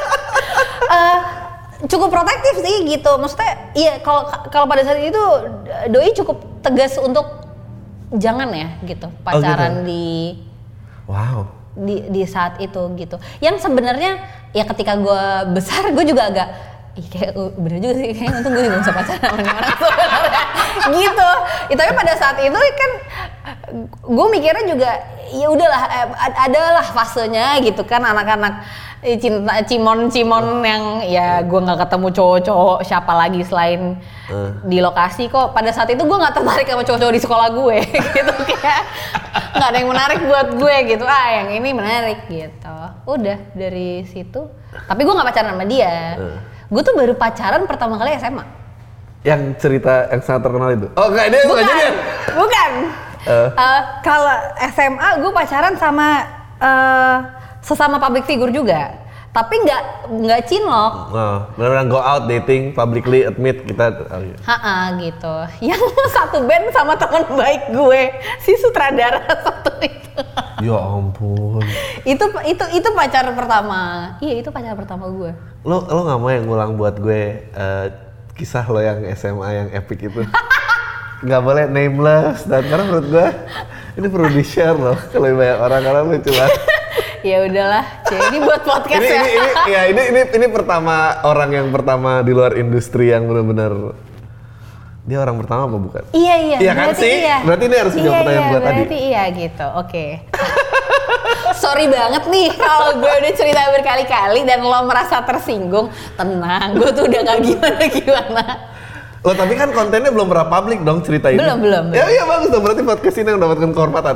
Cukup protektif sih gitu. Maksudnya, iya kalau pada saat itu doi cukup tegas untuk jangan ya gitu pacaran
gitu.
di saat itu gitu. Yang sebenarnya ya ketika gue besar gue juga agak kayak bener juga sih, kayaknya untung gue juga bisa pacaran sama orang sebenarnya gitu. Tapi pada saat itu kan gue mikirnya juga ya udahlah, adalah fasenya gitu kan, anak-anak cinta cimon yang ya gue nggak ketemu cowok-cowok siapa lagi selain di lokasi. Kok pada saat itu gue nggak tertarik sama cowok-cowok di sekolah gue gitu, kayak nggak ada yang menarik buat gue gitu. Yang ini menarik gitu. Udah dari situ, tapi gue nggak pacaran sama dia. Gue tuh baru pacaran pertama kali SMA.
Yang cerita yang sangat terkenal itu? Oh enggak, dia bukan jadian?
Bukan. Kalau SMA gue pacaran sama sesama public figure juga, tapi nggak cinlok.
Benar-benar go out dating, publicly admit kita.
Gitu. Yang satu band sama teman baik gue, si sutradara satu itu.
Ya ampun.
Itu pacar pertama. Iya, itu pacar pertama gue.
Lo nggak mau yang ngulang buat gue kisah lo yang SMA yang epic itu? Nggak boleh nameless, dan karena menurut gue ini perlu di share loh kalau banyak orang, karena lucu banget.
Ya udahlah, ini buat podcast
ini orang yang pertama di luar industri yang benar-benar, dia orang pertama apa bukan?
Iya
kan sih?
Iya.
Berarti ini harus menjawab pertanyaan gue tadi.
Berarti iya gitu, oke. Sorry banget nih kalau gue udah cerita berkali-kali dan lo merasa tersinggung. Tenang, gue tuh udah gak gimana-gimana.
Lo tapi kan kontennya belum pernah publik dong cerita ini.
Belum.
Ya iya bagus dong, berarti podcast ini yang mendapatkan kehormatan.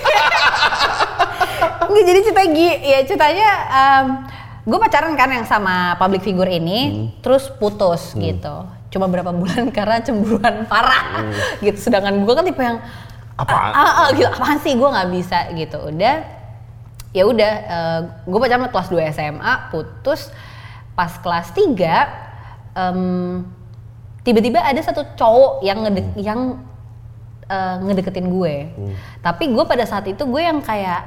Nggak, jadi ceritanya gue pacaran kan yang sama public figure ini, terus putus gitu. Cuma berapa bulan karena cemburuan parah gitu. Sedangkan gue kan tipe yang gitu, apaan sih, gue nggak bisa gitu. Udah gue pacaran kelas 2 SMA, putus pas kelas 3. Tiba-tiba ada satu cowok yang ngedeketin gue. Tapi gue pada saat itu gue yang kayak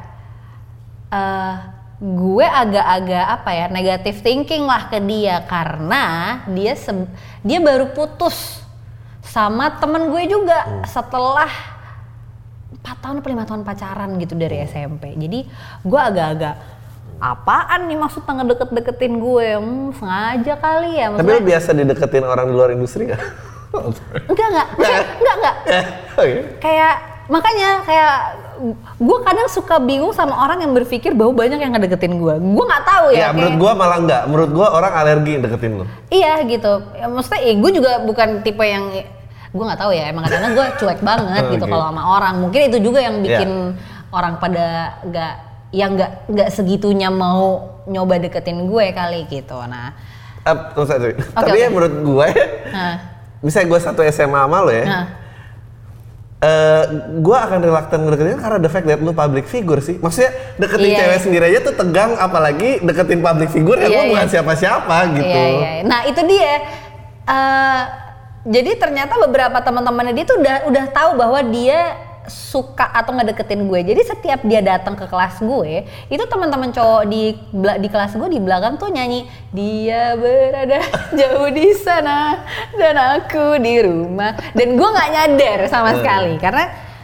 gue agak-agak negative thinking lah ke dia, karena dia baru putus sama temen gue juga setelah 4 tahun atau 5 tahun pacaran gitu dari SMP. Jadi gue agak-agak, apaan nih maksudnya ngedeket-deketin gue? Sengaja kali ya.
Tapi lo biasa dideketin orang di luar industri nggak?
Enggak. Makanya gue kadang suka bingung sama orang yang berpikir bahwa banyak yang ngedeketin gue. Gue nggak tahu ya.
Menurut gue malah nggak. Menurut gue orang alergi deketin lo.
Iya gitu. Ya, maksudnya gue juga bukan tipe yang, gue nggak tahu ya. Emang kadang gue cuek banget gitu kalau sama orang. Mungkin itu juga yang bikin orang pada nggak segitunya mau nyoba deketin gue kali gitu. Nah.
Tapi ya menurut gue, misalnya gue satu SMA sama lo ya. Gue akan reluctant ngedeketin karena the fact that lu public figure sih. Maksudnya deketin cewek sendiri aja tuh tegang, apalagi deketin public figure yang lu bukan siapa-siapa gitu.
Nah itu dia. Jadi ternyata beberapa teman-temannya dia tuh udah tahu bahwa dia suka atau ngedeketin gue. Jadi setiap dia datang ke kelas gue, itu teman-teman cowok di kelas gue di belakang tuh nyanyi, dia berada jauh di sana dan aku di rumah. Dan gue nggak nyadar sama sekali, karena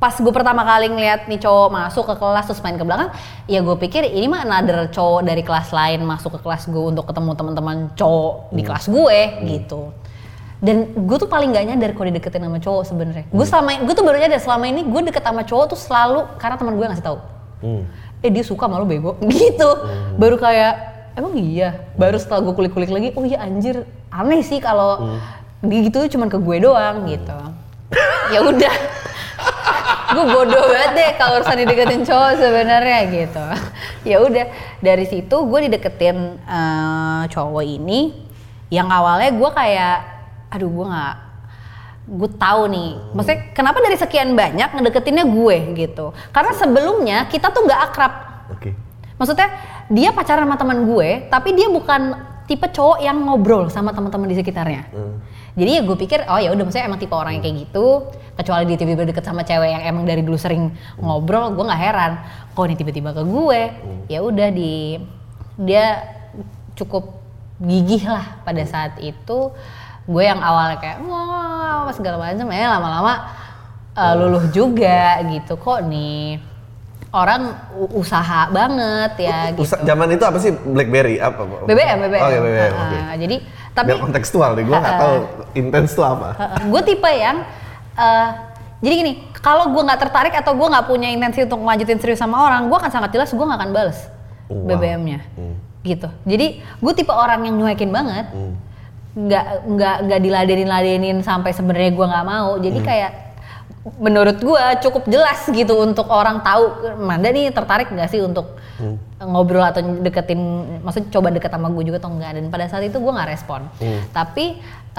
pas gue pertama kali ngeliat nih cowok masuk ke kelas terus main ke belakang, ya gue pikir ini mah another cowok dari kelas lain masuk ke kelas gue untuk ketemu teman-teman cowok di kelas gue gitu. Dan gue tuh paling gak nyadar kalau dideketin sama cowok sebenarnya. Gue tuh baru nyadar selama ini gue deket sama cowok tuh selalu karena teman gue ngasih tahu. Dia suka sama lo bego gitu. Baru kayak emang iya. Baru setelah gue kulik-kulik lagi, oh iya anjir aneh sih kalau gitu cuman ke gue doang gitu. Ya udah. Gue bodoh banget deh kalau urusan dideketin cowok sebenarnya gitu. Ya udah dari situ gue dideketin cowok ini yang awalnya gue kayak aduh gue tahu nih maksudnya kenapa dari sekian banyak ngedeketinnya gue gitu karena sebelumnya kita tuh nggak akrab. Maksudnya dia pacaran sama teman gue tapi dia bukan tipe cowok yang ngobrol sama teman-teman di sekitarnya. Jadi ya gue pikir oh ya udah maksudnya emang tipe orang yang kayak gitu, kecuali dia tiba-tiba deket sama cewek yang emang dari dulu sering ngobrol, gue nggak heran kok ini tiba-tiba ke gue. Ya udah dia cukup gigih lah pada saat itu. Gue yang awalnya kayak wah segala macam ya lama-lama luluh juga gitu kok nih orang usaha banget ya gitu.
Zaman itu apa sih BlackBerry apa?
BBM.
Oh ya BBM.
Jadi tapi
biar kontekstual nih, gue nggak tahu intens itu apa.
Gue tipe yang jadi gini, kalau gue nggak tertarik atau gue nggak punya intensi untuk melanjutin serius sama orang, gue akan sangat jelas gue nggak akan bales BBM-nya, gitu. Jadi gue tipe orang yang nyuekin banget, nggak diladenin sampai sebenarnya gue nggak mau. Jadi kayak menurut gue cukup jelas gitu untuk orang tahu Manda nih tertarik nggak sih untuk ngobrol atau deketin, maksudnya coba deket sama gue juga atau enggak. Dan pada saat itu gue nggak respon. Tapi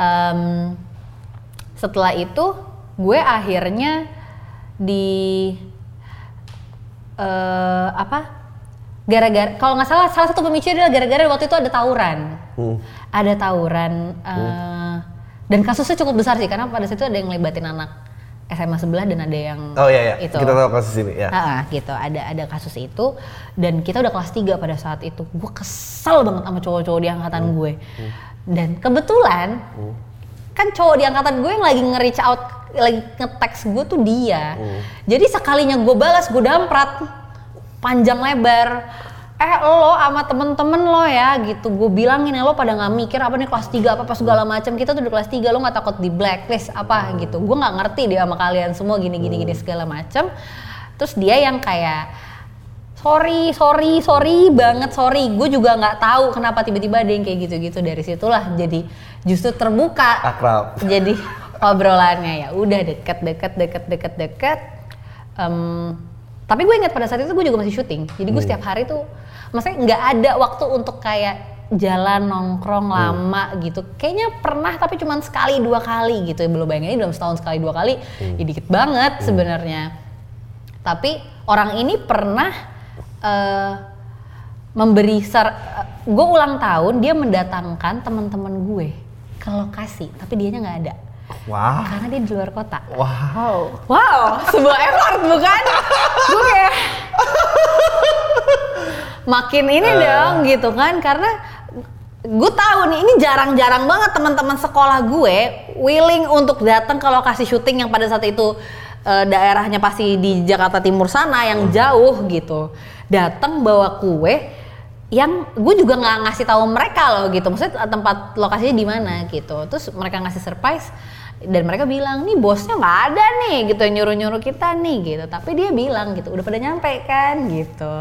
setelah itu gue akhirnya gara-gara kalau nggak salah satu pemicu adalah gara-gara waktu itu ada tawuran. Ada tawuran dan kasusnya cukup besar sih karena pada saat itu ada yang ngelibatin anak SMA sebelah dan ada yang itu.
Kita tahu kasus ini ya.
Gitu, ada kasus itu dan kita udah kelas 3 pada saat itu. Gue kesel banget sama cowok-cowok di angkatan gue. Dan kebetulan kan cowok di angkatan gue yang lagi nge-reach out, lagi nge-text gue tuh dia. Jadi sekalinya gue balas, gue damprat panjang lebar. Lo sama temen-temen lo ya gitu, gue bilangin ya lo pada nggak mikir apa nih kelas 3 apa segala macam, kita tuh udah kelas 3 lo nggak takut di blacklist apa gitu. Gue nggak ngerti dia sama kalian semua gini segala macam. Terus dia yang kayak sorry banget, gue juga nggak tahu kenapa tiba-tiba ada yang kayak gitu-gitu. Dari situlah jadi justru terbuka
akrab.
Jadi obrolannya ya udah deket. Tapi gue ingat pada saat itu gue juga masih syuting, jadi gue setiap hari tuh maksudnya nggak ada waktu untuk kayak jalan nongkrong lama gitu. Kayaknya pernah tapi cuma sekali 2 kali gitu ya, belum bayangin dalam setahun sekali 2 kali, ya dikit banget sebenarnya. Tapi orang ini pernah memberi gue ulang tahun dia mendatangkan teman-teman gue ke lokasi, tapi dianya nggak ada.
Wow.
Karena dia di luar kota.
Wow,
sebuah effort bukan? Gue kayak makin ini dong gitu kan, karena gue tahu nih ini jarang-jarang banget teman-teman sekolah gue willing untuk datang ke lokasi syuting yang pada saat itu daerahnya pasti di Jakarta Timur sana yang jauh gitu. Datang bawa kue yang gue juga nggak ngasih tahu mereka loh gitu, maksudnya tempat lokasinya di mana gitu. Terus mereka ngasih surprise dan mereka bilang nih bosnya nggak ada nih gitu, nyuruh kita nih gitu. Tapi dia bilang gitu udah pada nyampe kan gitu.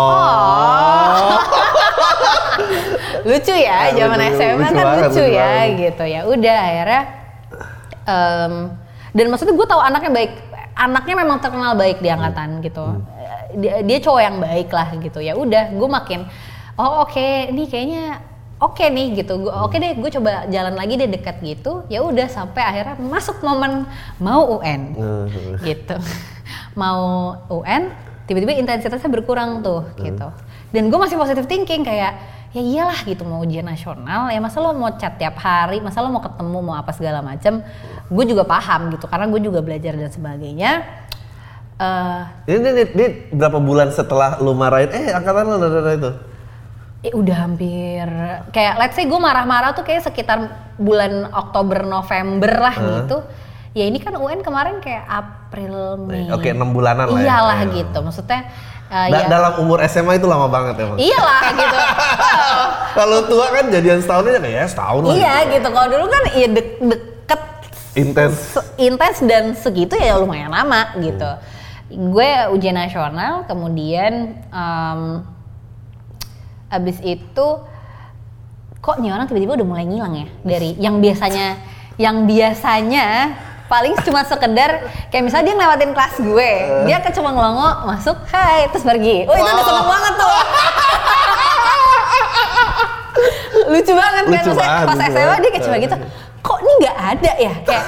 Lucu ya, zaman SMA kan lucu ya gitu. Ya udah akhirnya dan maksudnya gue tahu anaknya memang terkenal baik di angkatan gitu. Dia cowok yang baik lah gitu. Ya udah gue makin oke, nih kayaknya oke nih gitu. Oke deh, gue coba jalan lagi deh dekat gitu. Ya udah sampai akhirnya masuk momen mau UN gitu. Mau UN, tiba-tiba intensitasnya berkurang tuh gitu. Dan gue masih positive thinking kayak ya iyalah gitu, mau ujian nasional ya masa lo mau chat tiap hari, masa lo mau ketemu mau apa segala macam. Gue juga paham gitu karena gue juga belajar dan sebagainya.
Ini berapa bulan setelah lu marahin angkatan lo itu?
Udah hampir kayak let's say gue marah-marah tuh kayak sekitar bulan Oktober November lah gitu. ya ini kan UN kemarin kayak April, Mei.
Oke, 6 bulanan lah ya.
Iyalah gitu, maksudnya ya.
Dalam umur SMA itu lama banget emang.
Iyalah gitu.
Kalau tua kan jadian setahun aja kayak setahun lah.
Iya gitu, kalau dulu kan ya deket. Intens dan segitu ya lumayan lama gitu. Gue ujian nasional, kemudian abis itu kok nih orang tiba-tiba udah mulai ngilang ya dari yang biasanya paling cuma sekedar kayak misalnya dia ngelewatin kelas gue, dia cuma ngelongo masuk, hai, terus pergi. Oh itu udah seneng banget tuh. Lucu banget kan, pas SMA dia kayak cuma gitu. Kok ini nggak ada ya? Kayak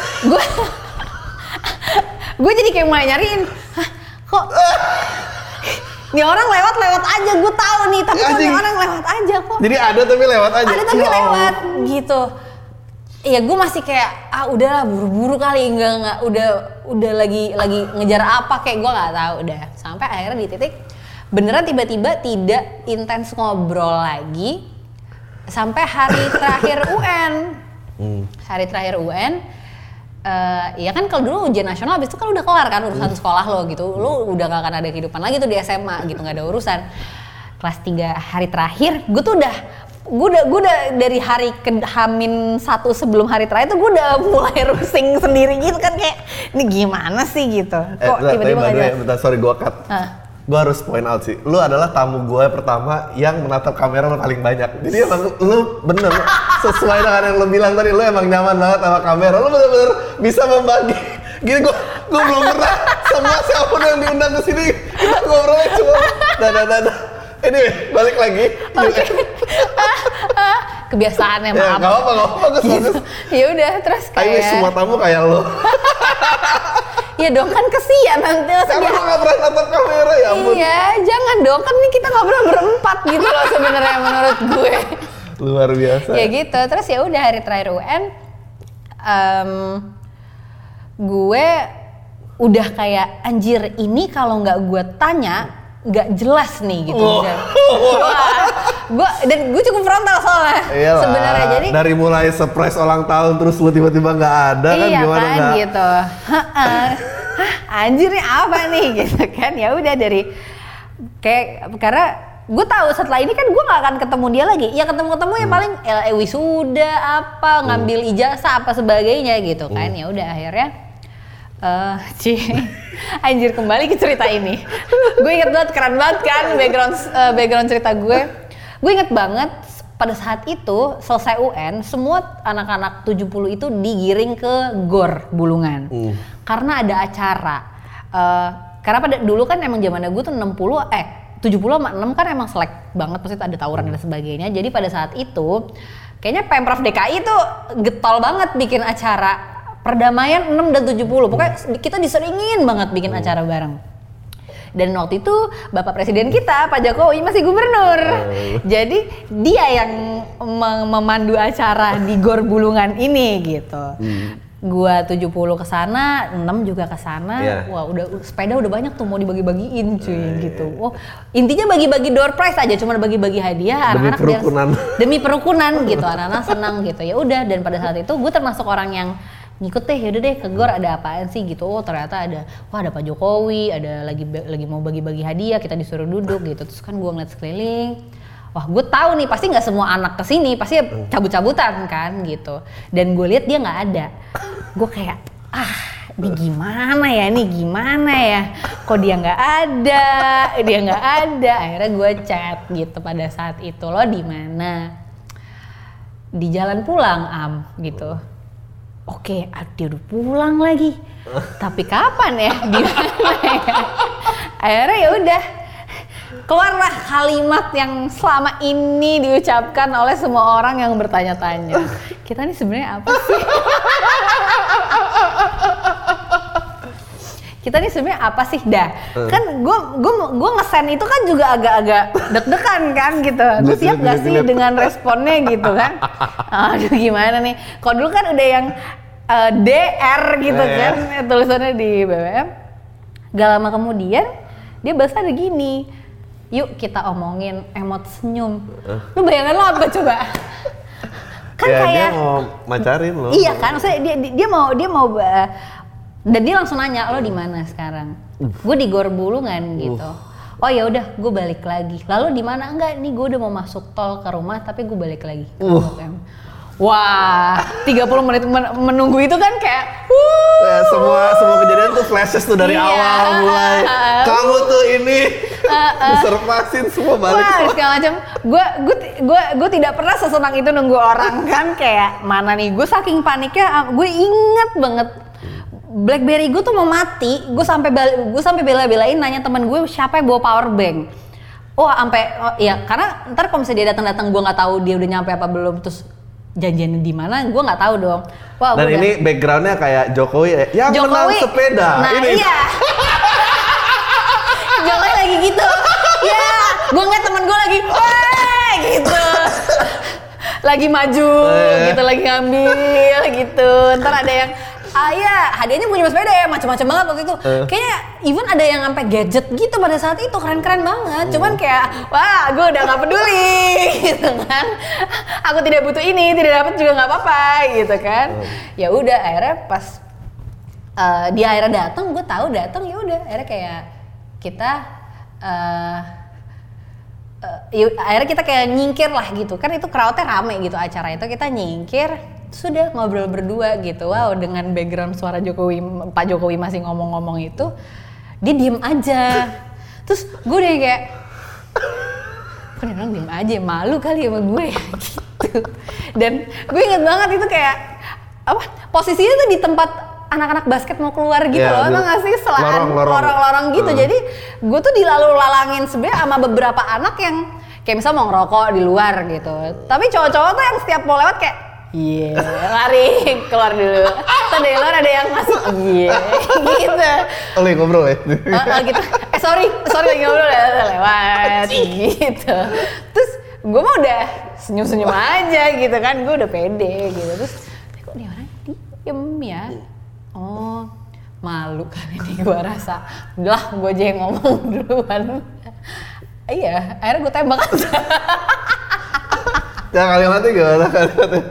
gue jadi kayak mulai nyariin. Hah, kok nih orang lewat aja, gue tahu nih, tapi kok nih orang lewat aja kok.
Jadi ada tapi lewat aja.
Ada tapi lewat gitu. Iya, gue masih kayak udahlah buru-buru kali, enggak udah lagi ngejar apa kayak gue nggak tahu udah. Sampai akhirnya di titik beneran tiba-tiba tidak intens ngobrol lagi sampai hari terakhir UN. Hari terakhir UN, ya kan kalau dulu ujian nasional abis itu kan udah kelar kan urusan sekolah lo gitu, lo udah gak akan ada kehidupan lagi tuh di SMA gitu, gak ada urusan. Kelas 3 hari terakhir, gue udah dari hari ke H-1 sebelum hari terakhir tuh gue udah mulai rusing sendiri gitu kan, kayak ini gimana sih gitu. Kok tiba-tiba gak jelas.
Bentar, sorry gue cut. Gue harus point out sih, lu adalah tamu gue pertama yang menatap kamera lu paling banyak. Jadi emang lu bener, sesuai dengan yang lu bilang tadi, lu emang nyaman banget sama kamera. Lu bener-bener bisa membagi. Gini gue belum pernah sama siapapun yang diundang ke sini kita ngobrolnya cuma dadah. Anyway, balik lagi.
Okay. Kebiasaan ya, maaf.
Gak apa-apa, bagus.
Ya udah, terus kayak
semua tamu kayak lo.
Iya dong, kan kesian nanti.
Karena lo gak pernah tatap kamera, ya ampun.
Iya, jangan dong, kan ini kita ngobrol berempat gitu loh sebenarnya menurut gue.
Luar biasa.
Ya gitu, terus ya udah hari terakhir UN, gue udah kayak anjir, ini kalau nggak gue tanya nggak jelas nih gitu. Gue cukup frontal soalnya sebenarnya. Jadi
dari mulai surprise ulang tahun terus lu tiba-tiba nggak ada kan, gimana
kan
gak?
Gitu. Anjir nih apa nih gitu kan. Ya udah dari kayak, karena gue tahu setelah ini kan gue nggak akan ketemu dia lagi. Ya ketemu ya paling wisuda apa, ngambil ijazah apa sebagainya gitu kan. Ya udah akhirnya anjir, kembali ke cerita ini. Gue inget banget, keren banget kan background cerita gue. Gue inget banget pada saat itu selesai UN, semua anak-anak 70 itu digiring ke GOR Bulungan. Karena ada acara. Karena dulu kan emang zamannya gue tuh 70 sama 6 kan emang selek banget, pasti ada tawuran dan sebagainya. Jadi pada saat itu kayaknya Pemprov DKI tuh getol banget bikin acara perdamaian 6 dan 70. Pokoknya kita diseringin banget bikin acara bareng. Dan waktu itu Bapak Presiden kita, Pak Jokowi, masih gubernur. Jadi dia yang memandu acara di GOR Bulungan ini gitu. Gua 70 ke sana, 6 juga ke sana. Wah, sepeda udah banyak tuh mau dibagi-bagiin cuy gitu. Oh, intinya bagi-bagi door prize aja, cuma bagi-bagi hadiah anak-anak demi perukunan gitu. Anak-anak senang gitu. Ya udah, dan pada saat itu gue termasuk orang yang ngikut deh, yaudah deh ke GOR ada apaan sih gitu. Oh ternyata ada Pak Jokowi, ada lagi mau bagi-bagi hadiah, kita disuruh duduk gitu. Terus kan gue ngeliat sekeliling, wah gue tahu nih pasti nggak semua anak kesini, pasti cabut-cabutan kan gitu. Dan gue lihat dia nggak ada, gue kayak ini gimana ya, kok dia nggak ada. Akhirnya gue chat gitu pada saat itu, lo di mana? Di jalan pulang gitu. Oke, dia udah pulang lagi. Tapi kapan ya? Gimana ya? Akhirnya ya udah keluarlah kalimat yang selama ini diucapkan oleh semua orang yang bertanya-tanya. Kita nih sebenarnya apa sih? Kan gue ngesen itu kan juga agak-agak deg-degan kan gitu. Gue siap gak sih dengan responnya gitu kan? Aduh gimana nih? Kalau dulu kan udah yang DR gitu kan, tulisannya di BBM. Gak lama kemudian dia bahasa ada gini, yuk kita omongin emot senyum. Lu bayangan lo apa coba? Kan
ya,
kayak
dia mau macarin lo.
Iya kan, maksudnya dia mau dan dia langsung nanya, lo di mana sekarang? Gue di Gor Bulungan gitu. Oh ya udah, gue balik lagi. Lalu di mana? Enggak, nih gue udah mau masuk tol ke rumah, tapi gue balik lagi. Wah, 30 menit menunggu itu kan kayak
ya, semua kejadian tuh flashes tuh dari awal mulai. Kamu tuh ini diserpasin semua balik.
Wah, segala macam. Gue tidak pernah sesenang itu nunggu orang kan, kayak mana nih, gue saking paniknya, gue inget banget BlackBerry gue tuh mau mati. Gue sampai bela-belain nanya teman gue siapa yang bawa power bank. Ya karena ntar kalau misalnya dia datang gue nggak tahu dia udah nyampe apa belum, terus janjiannya di mana, gue nggak tahu dong. Wah,
dan ini backgroundnya kayak Jokowi yang menang sepeda.
Nah ini. Iya. Jokowi lagi gitu. Ya, gue ngeliat temen gue lagi, wah gitu. Lagi maju, gitu, lagi ngambil gitu. Ntar ada yang ya hadiahnya punya sepeda ya, macam-macam banget waktu itu. Kayaknya even ada yang sampai gadget gitu pada saat itu, keren-keren banget. Cuman kayak, wah, gue udah nggak peduli, gitu kan. Aku tidak butuh ini, tidak dapat juga nggak apa-apa, gitu kan. Ya udah, akhirnya pas dia akhirnya datang, gue tahu datang, ya udah, akhirnya kayak kita akhirnya kita kayak nyingkir lah gitu. Kan itu crowdnya rame gitu acara itu, kita nyingkir. Sudah ngobrol berdua gitu. Wow, dengan background suara Pak Jokowi masih ngomong-ngomong itu, dia diem aja. Terus gue udah kayak, kok dia bilang diem aja, malu kali sama gue gitu. Dan gue inget banget itu kayak posisinya tuh di tempat anak-anak basket mau keluar gitu loh, tau gak sih, selaan lorong-lorong gitu. Jadi gue tuh dilalu-lalangin sebenarnya sama beberapa anak yang kayak misalnya mau ngerokok di luar gitu. Tapi cowok-cowok tuh yang setiap mau lewat kayak lari keluar dulu. Terus dari luar ada yang masuk, gitu.
Lagi ngobrol ya?
Gitu. Sorry lagi ngobrol ya, lewat gitu. Terus gue mah udah senyum-senyum aja gitu kan, gue udah pede gitu. Terus kok nih orang diem ya? Oh, malu kali ini gue rasa. Udah, gue aja yang ngomong duluan. Iya, akhirnya gue tembak aja.
Ya kalimatnya gimana kalimatnya?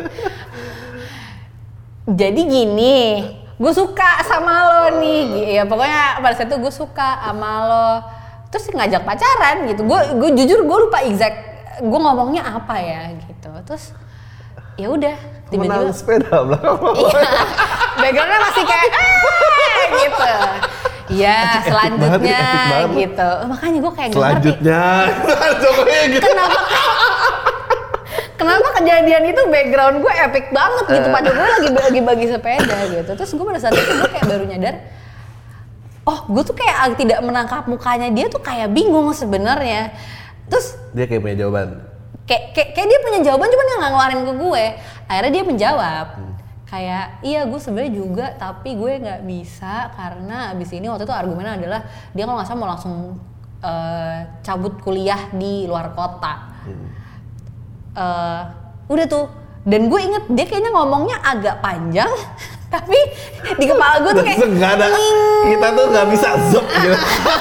Jadi gini, gue suka sama lo nih, ya pokoknya pada saat itu gue suka sama lo. Terus ngajak pacaran gitu, gue jujur gue lupa exact gue ngomongnya apa ya gitu. Terus ya udah tiba-tiba
menang sepeda belakang.
Iya, backgroundnya masih kayak gitu. Iya, selanjutnya gitu. Makanya gue kayak nggak ngerti.
Jokowi gitu.
Kenapa kejadian itu background gue epic banget gitu. Pak Jokowi lagi bagi sepeda gitu. Terus gue pada saat itu gue kayak baru nyadar, gue tuh kayak tidak menangkap mukanya dia tuh kayak bingung sebenarnya. Terus
dia kayak punya jawaban.
Kayak dia punya jawaban, cuman dia nggak ngeluarin ke gue. Akhirnya dia menjawab. Kayak, iya gue sebenarnya juga, tapi gue nggak bisa karena abis ini waktu itu argumennya adalah dia kalau nggak salah mau langsung cabut kuliah di luar kota. Udah tuh, dan gue inget dia kayaknya ngomongnya agak panjang, tapi di kepala gue tuh kayak
kita tuh nggak bisa zoom gitu.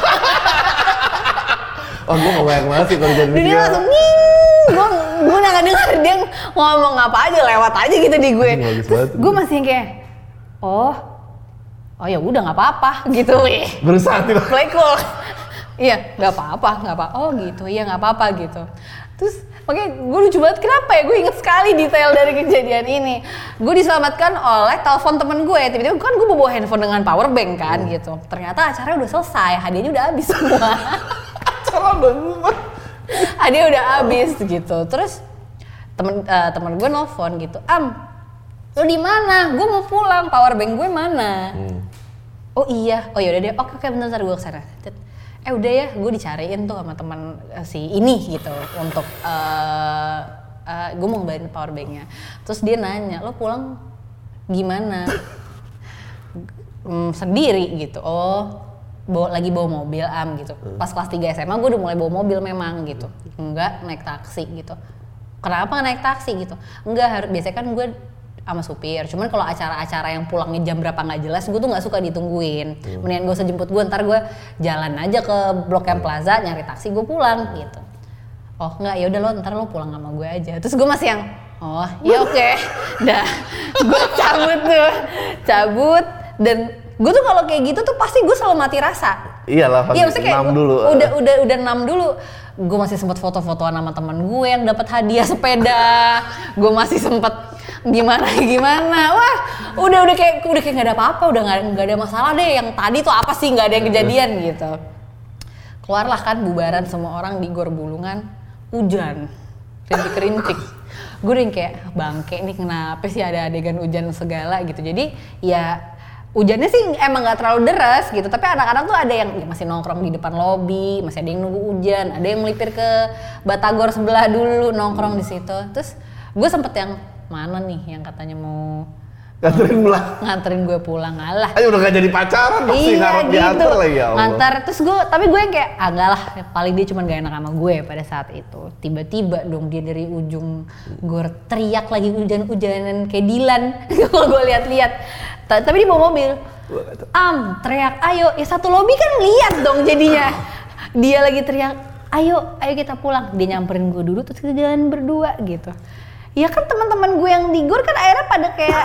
Gue ngomong yang mana sih kalau jadi
dia langsung gue nggak dengar dia ngomong apa aja, lewat aja gitu di gue. Terus gue masih kayak oh ya udah nggak apa-apa gitu.
Berusaha tidak
play cool. Iya, nggak apa-apa. Oh gitu, iya nggak apa-apa gitu. Terus oke, gue lucu banget, kenapa ya? Gue inget sekali detail dari kejadian ini. Gue diselamatkan oleh telepon temen gue. Tiba-tiba kan gue bawa handphone dengan power bank kan gitu. Ternyata acaranya udah selesai, hadiahnya udah habis semua. Hadiah udah habis gitu. Terus temen gue nelfon gitu, lo di mana? Gue mau pulang, power bank gue mana? Oh iya, oh yaudah deh, oke bentar gue kesana. Udah ya, gue dicariin tuh sama teman si ini gitu untuk gue mau ngebayarin power banknya. Terus dia nanya, lo pulang gimana? Sendiri gitu. Lagi bawa mobil gitu. Pas kelas 3 SMA gue udah mulai bawa mobil memang gitu. Enggak naik taksi gitu. Kenapa naik taksi gitu? Enggak, biasanya kan gue sama supir. Cuman kalau acara-acara yang pulangnya jam berapa nggak jelas, gue tuh nggak suka ditungguin. Mendingan gue jemput gue, ntar gue jalan aja ke Blok M Plaza nyari taksi gue pulang gitu. Oh nggak, ya udah lo ntar lo pulang sama gue aja. Terus gue masih yang Oh ya oke. Dah gue cabut dan gue tuh kalau kayak gitu tuh pasti gue selalu mati rasa.
Iyalah,
iya maksudnya kayak
6 dulu.
Udah 6 dulu. Gue masih sempat foto-fotoan sama teman gue yang dapat hadiah sepeda. Gue masih sempat gimana. Wah, udah kayak nggak ada apa-apa, udah nggak ada masalah deh. Yang tadi tuh apa sih, nggak ada yang kejadian gitu. Keluarlah kan bubaran semua orang di Gor Bulungan, hujan, rintik-rintik. Gue udah kayak bangke nih, kenapa sih ada adegan hujan segala gitu. Jadi ya hujannya sih emang nggak terlalu deras gitu, tapi anak-anak tuh ada yang masih nongkrong di depan lobi, masih ada yang nunggu hujan, ada yang melipir ke Batagor sebelah dulu nongkrong di situ. Terus gue sempet yang mana nih yang katanya mau nganterin gue pulang, alah.
Ayo udah gak jadi pacaran pasti ngarep
gitu.
diantar lagi ya Allah.
Ngantar terus tapi gue yang kayak enggak lah, paling dia cuma gak enak sama gue pada saat itu. Tiba-tiba dong dia dari ujung gue teriak lagi hujan-hujanan kayak Dilan kalau gue lihat-lihat. Tapi di bawah mobil. Teriak ayo, ya satu lobi kan lihat dong jadinya. Dia lagi teriak, ayo kita pulang. Dia nyamperin gue dulu terus kita jalan berdua gitu. Ya kan teman-teman gue yang di Gor kan akhirnya pada kayak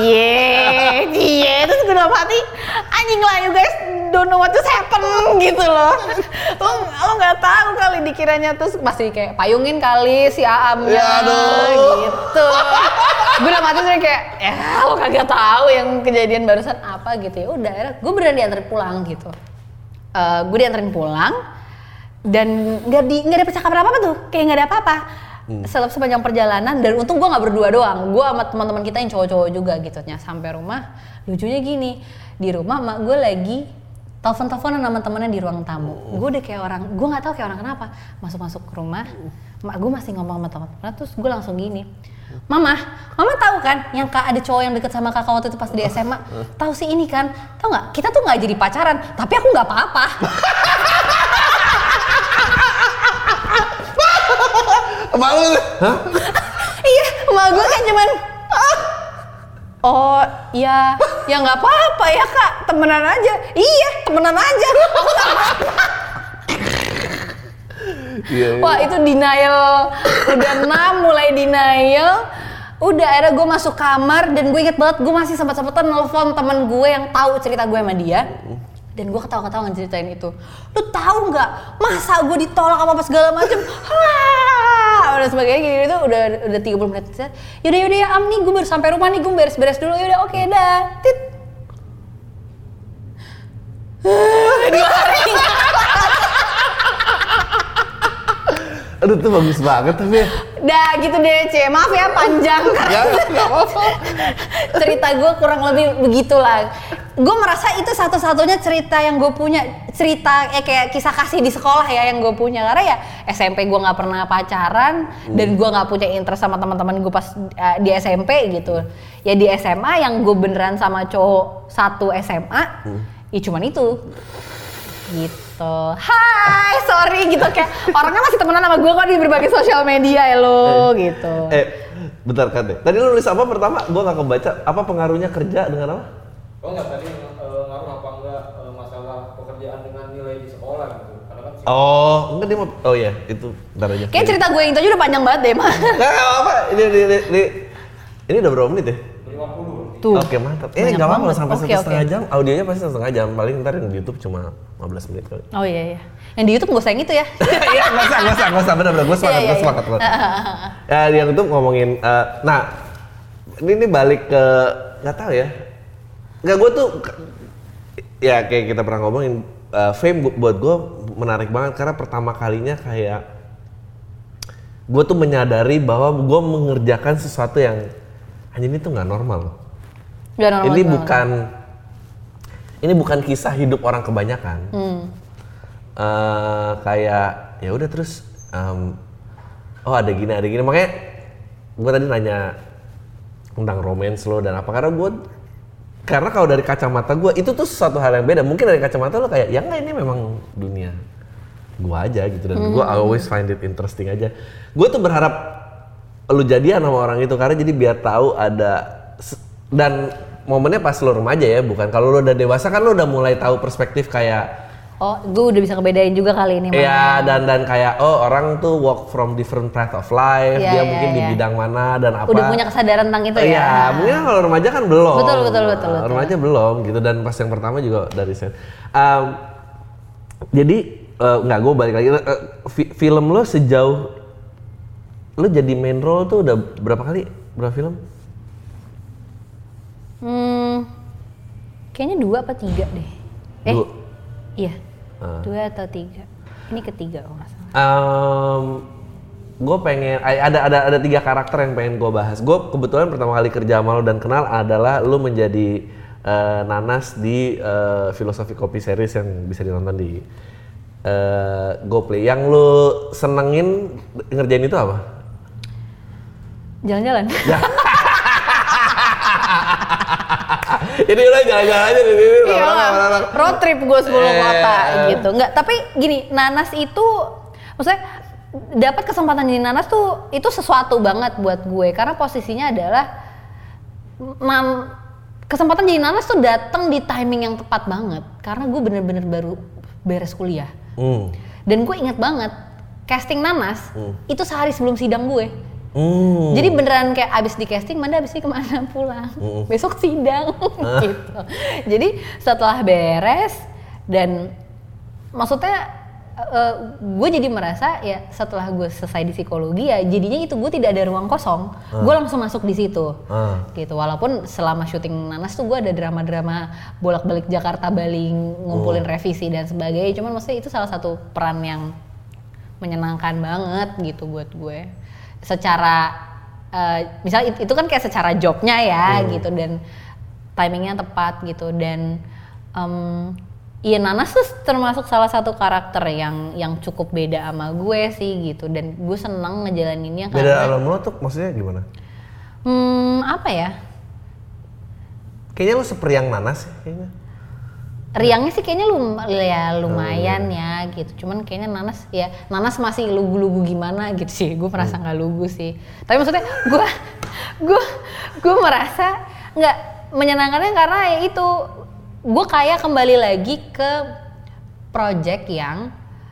terus gue udah mati anjing lah, you guys don't know what just happen gitu loh. Lo nggak tahu kali dikiranya, terus masih kayak payungin kali si Aamnya gitu. Gue udah mati tuh kayak lo kagak tahu yang kejadian barusan apa gitu. Ya udah akhirnya gue beneran dianterin pulang gitu. Gue dianterin pulang dan nggak ada percakapan apa-apa tuh, kayak nggak ada apa-apa. Sepanjang perjalanan, dan untung gue nggak berdua doang, gue sama teman-teman kita yang cowok-cowok juga gitu. Sampai rumah lucunya gini, di rumah mak gue lagi telepon-teleponan sama temennya di ruang tamu. Gue udah kayak orang, gue nggak tahu kayak orang kenapa masuk ke rumah, mak gue masih ngomong sama teman-teman, terus gue langsung gini, mama tahu kan yang ada cowok yang deket sama kakak waktu itu pas di SMA, tahu sih ini kan, tahu nggak, kita tuh nggak jadi pacaran, tapi aku nggak apa-apa.
Malu? Hah?
Iya, emak gue kan cuman oh ya nggak apa-apa ya kak, temenan aja. Iya, temenan aja. Aku nggak apa-apa. Wah itu denial, udah 6 mulai denial. Udah akhirnya gue masuk kamar dan gue inget banget gue masih sempat-sempatan nelfon temen gue yang tahu cerita gue sama dia. Dan gue ketawa-ketawa ngeceritain itu. Lu tahu nggak? Masa gue ditolak apa segala macem? Udah sebagainya gini itu udah 30 menit. Yaudah ya Am nih, gue baru sampai rumah nih, gue beres-beres dulu. Yaudah oke dah. Tit. 2 hari.
Aduh tuh bagus banget tapi.
Dah gitu deh C, maaf ya panjang.
Gak apa-apa.
Cerita gue kurang lebih begitulah. Gue merasa itu satu-satunya cerita yang gue punya, cerita kayak kisah kasih di sekolah ya yang gue punya. Karena ya SMP gue nggak pernah pacaran dan gue nggak punya interest sama teman-teman gue pas di SMP gitu. Ya di SMA yang gue beneran sama cowok satu SMA, ya cuman itu. Gitu. Hai, sorry gitu kayak orangnya masih temenan sama gue kok di berbagai sosial media ya lo gitu.
Bentar kan deh. Tadi lu nulis apa pertama? Gue nggak kebaca. Apa pengaruhnya kerja dengan apa?
Oh enggak, tadi ngaruh apa enggak masalah pekerjaan dengan nilai di sekolah gitu. Karena kan
enggak dia mau. Oh iya, itu bentar aja.
Kayak cerita gue yang itu aja udah panjang banget deh, mah.
Enggak apa-apa. Ini udah berapa menit ya?
50.
Tuh.
Oke, mantap. Ini enggak apa-apa sampai setengah jam. Audionya pasti setengah jam. Paling ntar yang di YouTube cuma 15 menit kali.
Oh iya. Yang di YouTube nggak usah yang itu ya.
Iya, nggak usah. Bener-bener. Gue semangat. Ya, di yang YouTube ngomongin. Nah, ini balik ke nggak tahu ya. Nggak, gue tuh ya kayak kita pernah ngomongin fame buat gue menarik banget karena pertama kalinya kayak gue tuh menyadari bahwa gue mengerjakan sesuatu yang anjing ini tuh nggak normal loh. Ini bukan kisah hidup orang kebanyakan. Kayak ya udah terus ada gini makanya gue tadi nanya tentang romance lo dan apa karena kalau dari kacamata gue itu tuh sesuatu hal yang beda. Mungkin dari kacamata lo kayak ya enggak, ini memang dunia gue aja gitu dan gue always find it interesting aja. Gue tuh berharap lo jadian sama orang itu karena jadi biar tahu ada dan momennya pas lo remaja ya, bukan kalau lo udah dewasa kan lo udah mulai tahu perspektif kayak
Oh, gue udah bisa ngebedain juga kali ini.
Iya, dan kayak orang tuh walk from different path of life, dia mungkin di bidang mana dan apa.
Udah punya kesadaran tentang itu ya.
Iya, mungkin kalau remaja kan belum.
Betul.
Remaja belum gitu, dan pas yang pertama juga dari set. Jadi nggak, gue balik lagi. Film lo sejauh lo jadi main role tuh udah berapa kali? Berapa film?
Kayaknya 2 apa 3 deh.
2.
Iya, 2 atau 3. Ini ketiga kalau nggak salah.
Gue pengen ada 3 karakter yang pengen gue bahas. Gue kebetulan pertama kali kerja sama lo dan kenal adalah lo menjadi Nanas di Filosofi Kopi series yang bisa ditonton di GoPlay. Yang lo senengin ngerjain itu apa?
Jalan-jalan.
Ya. Ini udah jalan-jalan aja di sini.
Road trip gue 10 kota gitu. Enggak, tapi gini, Nanas itu maksudnya dapat kesempatan jadi Nanas tuh itu sesuatu banget buat gue karena posisinya adalah kesempatan jadi Nanas tuh datang di timing yang tepat banget karena gue bener-bener baru beres kuliah. Dan gue ingat banget casting Nanas itu sehari sebelum sidang gue. Jadi beneran kayak abis di casting, Manda abis ini kemana pulang? Besok sidang gitu. Jadi setelah beres dan maksudnya gue jadi merasa ya setelah gue selesai di psikologi ya jadinya itu gue tidak ada ruang kosong. Gue langsung masuk di situ gitu. Walaupun selama syuting Nanas tuh gue ada drama-drama bolak-balik Jakarta Bali ngumpulin revisi dan sebagainya. Cuman maksudnya itu salah satu peran yang menyenangkan banget gitu buat gue. Secara misalnya itu kan kayak secara jobnya ya gitu dan timingnya tepat gitu dan iya Nanas tuh termasuk salah satu karakter yang cukup beda sama gue sih gitu dan gue seneng ngejalaninnya
karena beda alam lo tuh maksudnya gimana?
Apa ya?
Kayaknya lo seperiang Nanas kayaknya.
Riangnya sih kayaknya lumayan ya gitu. Cuman kayaknya Nanas masih lugu-lugu gimana gitu sih. Gue merasa nggak lugu sih. Tapi maksudnya gue merasa nggak menyenangkannya karena ya itu gue kayak kembali lagi ke project yang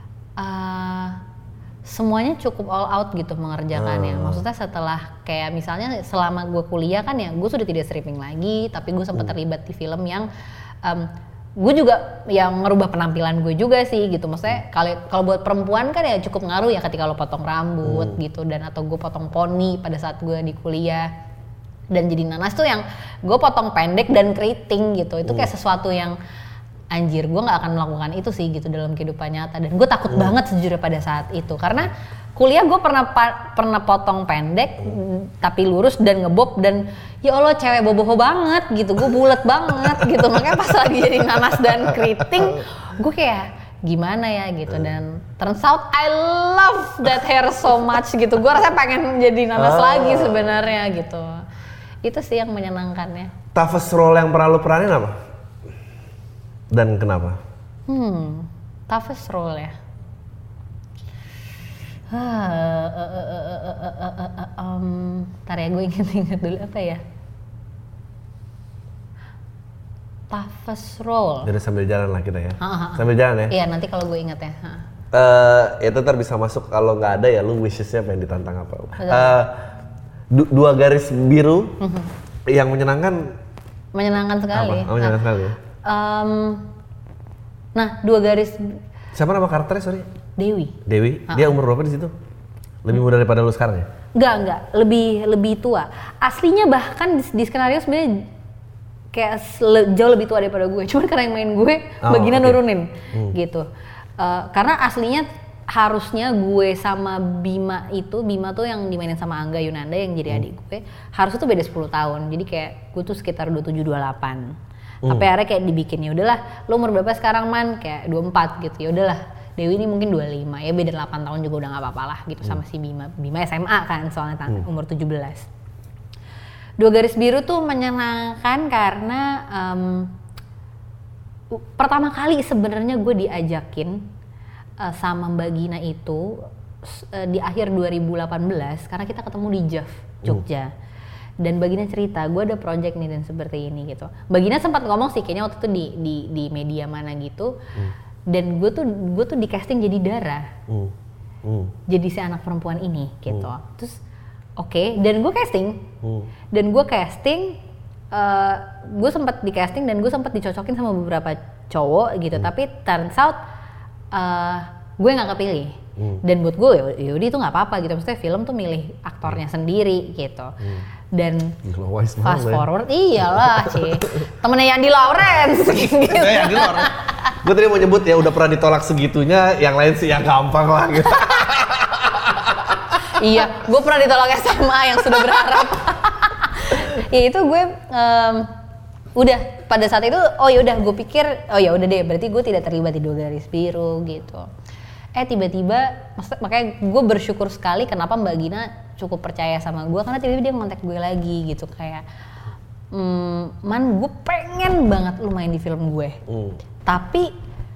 semuanya cukup all out gitu mengerjakannya. Maksudnya setelah kayak misalnya selama gue kuliah kan ya gue sudah tidak stripping lagi. Tapi gue sempat terlibat di film yang gue juga yang merubah penampilan gue juga sih gitu. Maksudnya kalau buat perempuan kan ya cukup ngaruh ya ketika lo potong rambut gitu dan atau gue potong poni pada saat gue di kuliah dan jadi Nanas tuh yang gue potong pendek dan keriting gitu. Itu kayak sesuatu yang anjir gue nggak akan melakukan itu sih gitu dalam kehidupan nyata dan gue takut banget sejujurnya pada saat itu karena kuliah gue pernah potong pendek tapi lurus dan ngebob dan ya Allah cewek boboho banget gitu, gue bulet banget gitu. Makanya pas lagi jadi Nanas dan keriting gue kayak gimana ya gitu dan turns out I love that hair so much gitu. Gue rasa pengen jadi Nanas lagi sebenarnya gitu. Itu sih yang menyenangkannya.
Toughest role yang pernah lo peranin apa? Dan kenapa?
Toughest role ya? Ntar ya gue inget dulu apa ya? Toughest role.
Jadi sambil jalan lah kita ya. Sambil jalan ya.
Iya nanti kalau gue inget ya.
Itu ntar bisa masuk kalau nggak ada ya lu wishes-nya pengen ditantang apa? Dua garis biru yang menyenangkan.
Menyenangkan sekali.
Apa? Menyenangkan sekali.
Nah 2 garis.
Siapa nama karakternya sorry?
Dewi.
Dia umur berapa di situ? Lebih muda daripada lu sekarang ya?
Enggak, lebih tua. Aslinya bahkan di skenario sebenarnya kayak jauh lebih tua daripada gue. Cuman karena yang main gue bagian nurunin gitu. Karena aslinya harusnya gue sama Bima tuh yang dimainin sama Angga Yunanda yang jadi adik gue, harusnya tuh beda 10 tahun. Jadi kayak gue tuh sekitar 27 28. Tapi akhirnya kayak dibikin ya udahlah, lo umur berapa sekarang Man? Kayak 24 gitu. Ya udahlah. Dewi ini mungkin 25, ya beda 8 tahun juga udah gak apa-apa lah gitu sama si Bima. Bima SMA kan soalnya umur 17. 2 garis biru tuh menyenangkan karena pertama kali sebenarnya gue diajakin sama Mbak Gina itu di akhir 2018 karena kita ketemu di JAV, Jogja. Dan Mbak Gina cerita, gue ada project nih dan seperti ini gitu. Mbak Gina sempat ngomong sih kayaknya waktu itu di media mana gitu. Dan gue tuh di casting jadi Dara. Jadi si anak perempuan ini gitu. Terus oke, dan gue casting. Gue sempat di casting dan gue sempat dicocokin sama beberapa cowok gitu. Tapi turns out gue nggak kepilih. Dan buat gue yaudah itu nggak apa-apa gitu. Maksudnya film tuh milih aktornya sendiri gitu. Dan fast forward, iyalah Ci, temennya Yandi Lawrence gitu.
Yandi Lawrence. Gue tadi mau nyebut ya udah pernah ditolak segitunya, yang lain sih yang gampang lah gitu.
Iya, gue pernah ditolak SMA yang sudah berharap. Ya itu gue udah pada saat itu yaudah gue pikir ya udah deh berarti gue tidak terlibat di 2 Garis Biru gitu. Tiba-tiba makanya gue bersyukur sekali kenapa Mbak Gina cukup percaya sama gue karena tiba-tiba dia ngontak gue lagi gitu kayak man gue pengen banget lu main di film gue. Tapi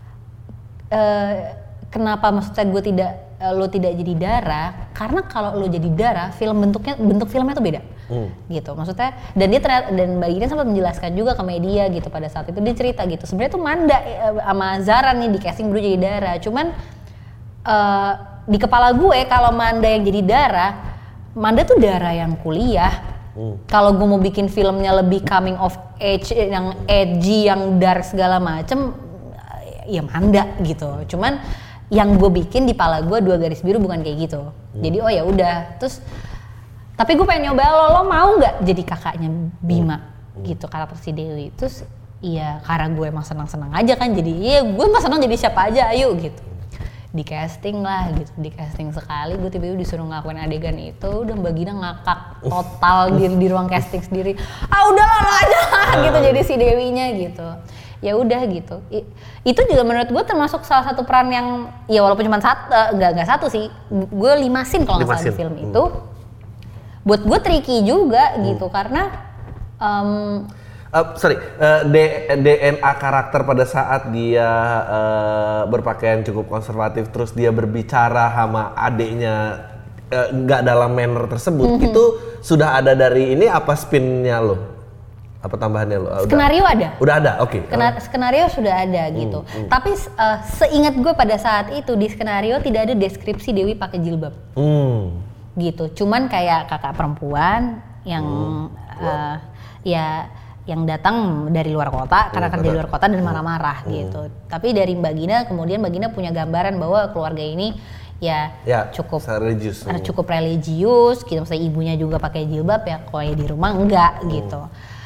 kenapa maksudnya lo tidak jadi Dara? Karena kalau lo jadi Dara, bentuk filmnya tuh beda. Gitu maksudnya, dan dia dan Mbak Gina sempat menjelaskan juga ke media gitu pada saat itu dia cerita gitu. Sebenarnya tuh Manda sama Zara nih di casting berdua jadi Dara. Cuman di kepala gue kalau Manda yang jadi Dara, Manda tuh Dara yang kuliah. Kalau gue mau bikin filmnya lebih coming of age, yang edgy, yang dark segala macem, ya Manda gitu. Cuman yang gue bikin di pala gue 2 Garis Biru bukan kayak gitu. Jadi ya udah. Terus tapi gue pengen nyoba lo mau nggak jadi kakaknya Bima gitu karakter si Dewi. Terus iya karena gue emang senang-senang aja kan, jadi iya gue emang senang jadi siapa aja ayo gitu. Di casting lah gitu, di casting sekali gue tiba-tiba disuruh ngelakuin adegan itu, udah Mbak Gina ngakak total di ruang casting sendiri. Udahlah lo aja gitu jadi si Dewinya gitu. Ya udah gitu. Itu juga menurut gue termasuk salah satu peran yang ya walaupun cuma nggak satu sih, gue 5 scene kalau nggak salah di film itu. Buat gue tricky juga gitu karena
DNA karakter pada saat dia berpakaian cukup konservatif terus dia berbicara sama adiknya nggak dalam manner tersebut, itu sudah ada dari ini apa spinnya lo? Apa tambahannya lo?
Skenario ada.
Udah ada, oke.
Skenario sudah ada gitu. Tapi seingat gue pada saat itu di skenario tidak ada deskripsi Dewi pakai jilbab. Gitu. Cuman kayak kakak perempuan yang yang datang dari luar kota karena kerja di luar kota dan marah-marah gitu. Tapi dari Mbak Gina kemudian Mbak Gina punya gambaran bahwa keluarga ini ya cukup religius gitu. Maksudnya ibunya juga pakai jilbab ya, kalau di rumah enggak gitu.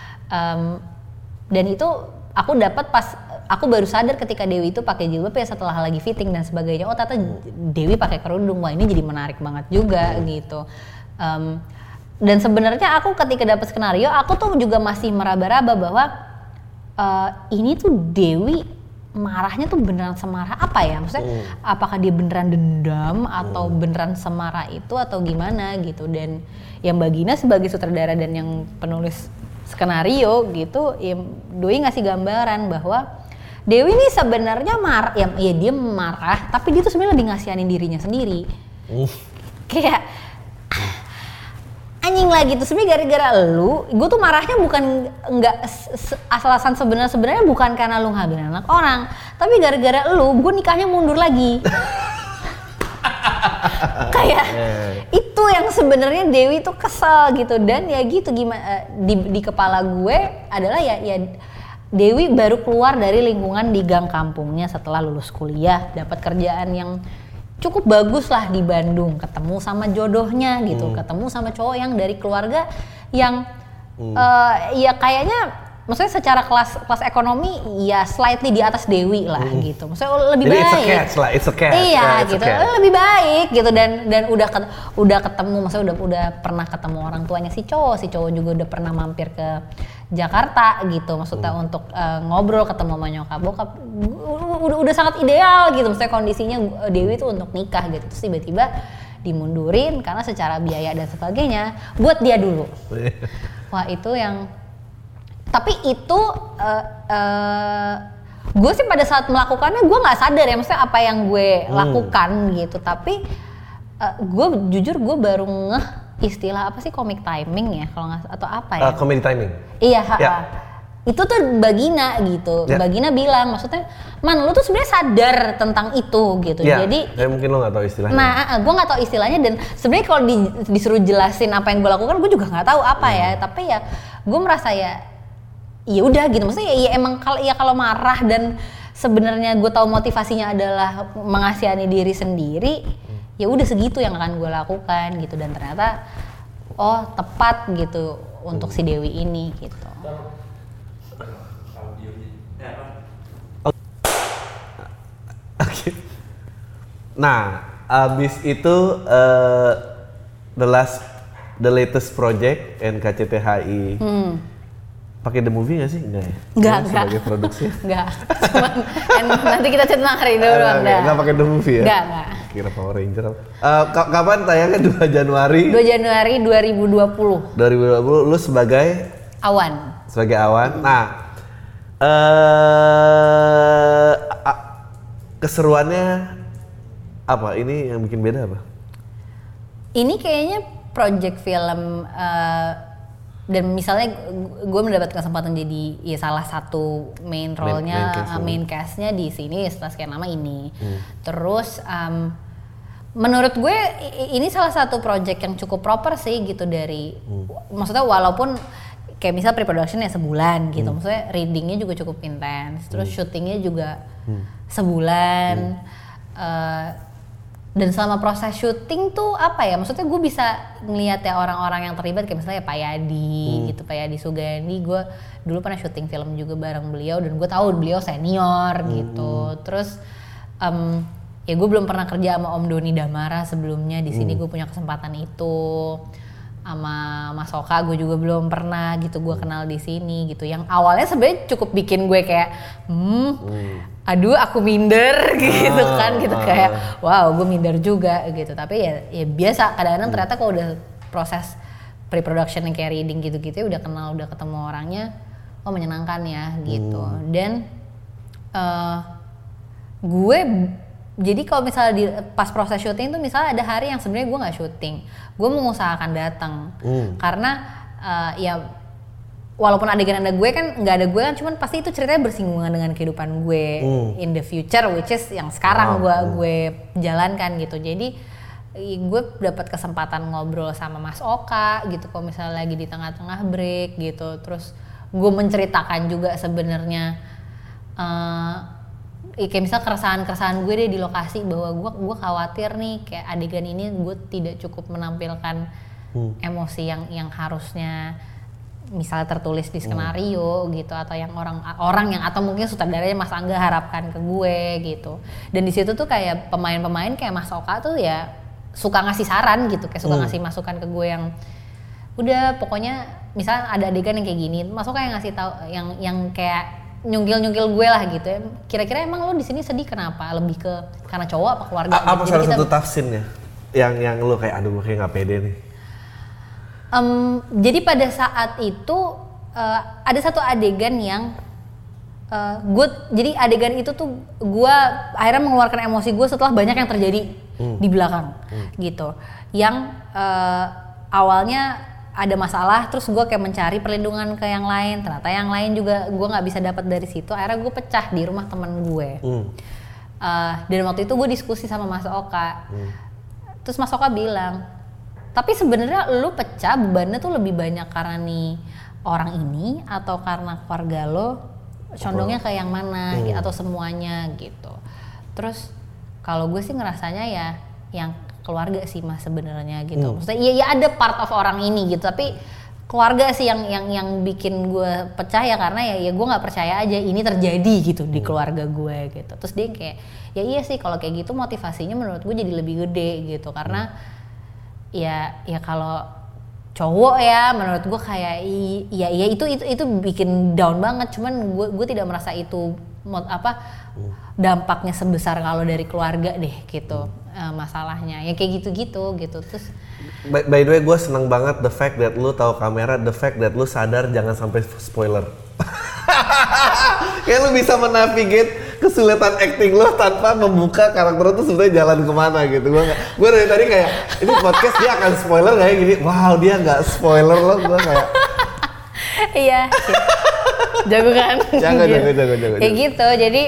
Dan itu aku dapat pas aku baru sadar ketika Dewi itu pakai jilbab ya setelah lagi fitting dan sebagainya. Oh ternyata Dewi pakai kerudung, wah ini jadi menarik banget juga gitu. Dan sebenarnya aku ketika dapat skenario aku tuh juga masih meraba-raba bahwa ini tuh Dewi marahnya tuh beneran semarah apa ya? Maksudnya apakah dia beneran dendam atau beneran semarah itu atau gimana gitu. Dan yang Mbak Gina sebagai sutradara dan yang penulis skenario gitu, ya Doi ngasih gambaran bahwa Dewi ini sebenarnya marah, ya dia marah, tapi dia tuh sebenarnya lebih ngasihanin dirinya sendiri. Kayak anjing lah gitu, sebenarnya gara-gara lu, gue tuh marahnya bukan nggak asal-asalan sebenarnya bukan karena lu ngambil anak orang, tapi gara-gara lu, gue nikahnya mundur lagi. Kayak itu yang sebenarnya Dewi tuh kesel gitu. Dan ya gitu gimana di kepala gue adalah ya Dewi baru keluar dari lingkungan di gang kampungnya setelah lulus kuliah, dapat kerjaan yang cukup bagus lah di Bandung, ketemu sama jodohnya gitu, ketemu sama cowok yang dari keluarga yang ya kayaknya maksudnya secara kelas ekonomi ya slightly di atas Dewi lah gitu. Maksudnya lebih
jadi
baik.
It's a catch.
Iya gitu. Lebih baik gitu dan udah ketemu, maksudnya udah pernah ketemu orang tuanya si cowok juga udah pernah mampir ke Jakarta gitu. Maksudnya untuk ngobrol, ketemu sama nyokap bokap. Udah sangat ideal gitu. Maksudnya kondisinya Dewi tuh untuk nikah gitu. Terus tiba-tiba dimundurin karena secara biaya dan sebagainya buat dia dulu. Wah itu yang tapi itu gue sih pada saat melakukannya gue nggak sadar ya maksudnya apa yang gue lakukan gitu. Tapi gue jujur gue baru ngeh istilah apa sih comic timing ya kalau nggak atau apa ya?
Comedy timing.
Iya. itu tuh Bagina gitu. Bagina bilang, maksudnya, Man, lu tuh sebenarnya sadar tentang itu gitu. Jadi
mungkin lo nggak tahu istilahnya.
Nah, gue nggak tahu istilahnya, dan sebenarnya kalau disuruh jelasin apa yang gue lakukan, gue juga nggak tahu apa ya. Tapi ya, gue merasa ya udah gitu. Maksudnya ya emang kalau marah dan sebenarnya gue tahu motivasinya adalah mengasihani diri sendiri, ya udah segitu yang akan gue lakukan gitu. Dan ternyata, tepat gitu untuk si Dewi ini gitu.
Nah, abis itu the latest project NKCTHI. Pakai The Movie nggak sih? Enggak ya?
Enggak.
Sebagai produksi?
Enggak. Cuman nanti kita chat Nahri dulu.
Enggak pakai The Movie ya?
Enggak.
Kira Power Ranger. Kapan tayangnya? 2 Januari?
2 Januari 2020.
2020 lu sebagai?
Awan.
Sebagai Awan. Nah, keseruannya apa? Ini yang bikin beda apa?
Ini kayaknya project film dan misalnya gue mendapat kesempatan jadi ya salah satu main role-nya, main cast-nya di sini setelah sekian lama ini. Terus menurut gue ini salah satu project yang cukup proper sih gitu dari maksudnya walaupun kayak misal pre-production ya sebulan gitu, maksudnya readingnya juga cukup intens, terus syutingnya juga sebulan. Dan selama proses syuting tuh apa ya, maksudnya gue bisa ngeliat ya orang-orang yang terlibat kayak misalnya Pak Yadi gitu, Pak Yadi Sugandi, gue dulu pernah syuting film juga bareng beliau dan gue tahu beliau senior gitu. Terus ya gue belum pernah kerja sama Om Doni Damara sebelumnya, di sini gue punya kesempatan itu. Sama Mas Oka gue juga belum pernah gitu gue kenal di sini gitu, yang awalnya sebenarnya cukup bikin gue kayak aduh aku minder gitu kan gitu, kayak wow gue minder juga gitu. Tapi ya biasa, kadang-kadang ternyata kalau udah proses pre-production yang kayak reading gitu-gitu udah kenal, udah ketemu orangnya, menyenangkan ya gitu. Dan gue jadi kalau misalnya pas proses syuting tuh misalnya ada hari yang sebenarnya gue nggak syuting, gue mengusahakan datang karena ya walaupun adegan ada gue kan nggak ada gue kan, cuman pasti itu ceritanya bersinggungan dengan kehidupan gue in the future, which is yang sekarang gue jalankan gitu. Jadi gue dapat kesempatan ngobrol sama Mas Oka gitu kalau misalnya lagi di tengah-tengah break gitu. Terus gue menceritakan juga sebenarnya kayak misal keresahan gue deh di lokasi, bahwa gue khawatir nih kayak adegan ini gue tidak cukup menampilkan emosi yang harusnya misalnya tertulis di skenario gitu, atau yang orang yang atau mungkin sutradaranya Mas Angga harapkan ke gue gitu. Dan di situ tuh kayak pemain-pemain kayak Mas Oka tuh ya suka ngasih saran gitu, kayak suka ngasih masukan ke gue yang udah pokoknya misalnya ada adegan yang kayak gini, Mas Oka yang ngasih tahu yang kayak nyungkil gue lah gitu ya. Kira-kira emang lo di sini sedih kenapa? Lebih ke karena cowok apa keluarga?
Apa salah satu tafsirnya yang lo kayak aduh gue kayak nggak pede nih?
Jadi pada saat itu ada satu adegan yang jadi adegan itu tuh gue akhirnya mengeluarkan emosi gue setelah banyak yang terjadi di belakang gitu. Yang awalnya ada masalah, terus gue kayak mencari perlindungan ke yang lain, ternyata yang lain juga gue nggak bisa dapat dari situ, akhirnya gue pecah di rumah teman gue. Dan waktu itu gue diskusi sama Mas Oka, terus Mas Oka bilang, tapi sebenarnya lu pecah bebannya tuh lebih banyak karena nih orang ini atau karena keluarga lo, condongnya ke yang mana gitu, atau semuanya gitu. Terus kalau gue sih ngerasanya ya yang keluarga sih Mas sebenarnya gitu. Maksudnya ya ada part of orang ini gitu, tapi keluarga sih yang bikin gue pecah ya, karena ya gue nggak percaya aja ini terjadi gitu di keluarga gue gitu. Terus dia kayak ya iya sih kalau kayak gitu motivasinya menurut gue jadi lebih gede gitu, karena ya kalau cowok ya menurut gue kayak iya itu bikin down banget, cuman gue tidak merasa itu dampaknya sebesar kalau dari keluarga deh gitu. Masalahnya ya kayak gitu-gitu gitu. Terus
by the way gue seneng banget the fact that lu tahu kamera, the fact that lu sadar jangan sampai spoiler. Kayak lu bisa menavigate kesulitan acting lu tanpa membuka karakter itu sebenarnya jalan kemana gitu. Gue dari tadi kayak ini podcast dia akan spoiler kayak gini, wow dia nggak spoiler loh, gue kayak
iya Jago kan?
Jago.
Kayak gitu. Jadi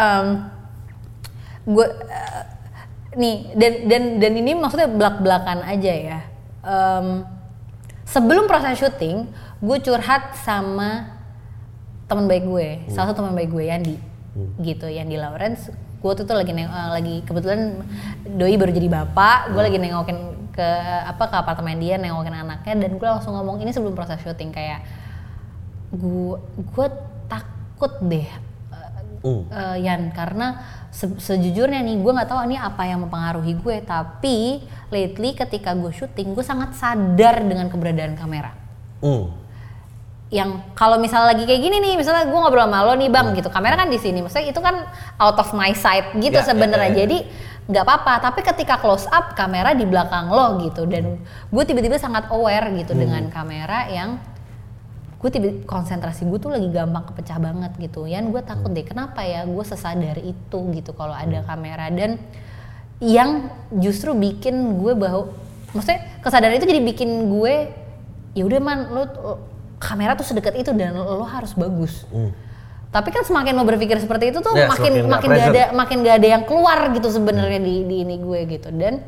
gue nih dan ini maksudnya belak-belakan aja ya. Sebelum proses syuting, gue curhat sama teman baik gue, salah satu teman baik gue Yandi, gitu, Yandi Lawrence. Gue tuh lagi kebetulan doi baru jadi bapak, gue lagi nengokin ke apartemen dia, nengokin anaknya, dan gue langsung ngomong ini sebelum proses syuting kayak gue takut deh, Yan, karena sejujurnya nih gue nggak tahu ini apa yang mempengaruhi gue, tapi lately ketika gue syuting gue sangat sadar dengan keberadaan kamera. Yang kalau misalnya lagi kayak gini nih, misalnya gue ngobrol sama lo nih bang gitu, kamera kan di sini, maksudnya itu kan out of my sight gitu sebenarnya. Jadi nggak apa-apa, tapi ketika close up kamera di belakang lo gitu, dan gue tiba-tiba sangat aware gitu dengan kamera yang gue konsentrasi gue tuh lagi gampang kepecah banget gitu. Yan, gue takut deh kenapa ya gue sesadar itu gitu kalau ada kamera, dan yang justru bikin gue maksudnya kesadaran itu jadi bikin gue ya udah man, lo kamera tuh sedekat itu dan lo harus bagus. Tapi kan semakin lo berpikir seperti itu tuh makin gak ada yang keluar gitu sebenarnya di ini gue gitu. Dan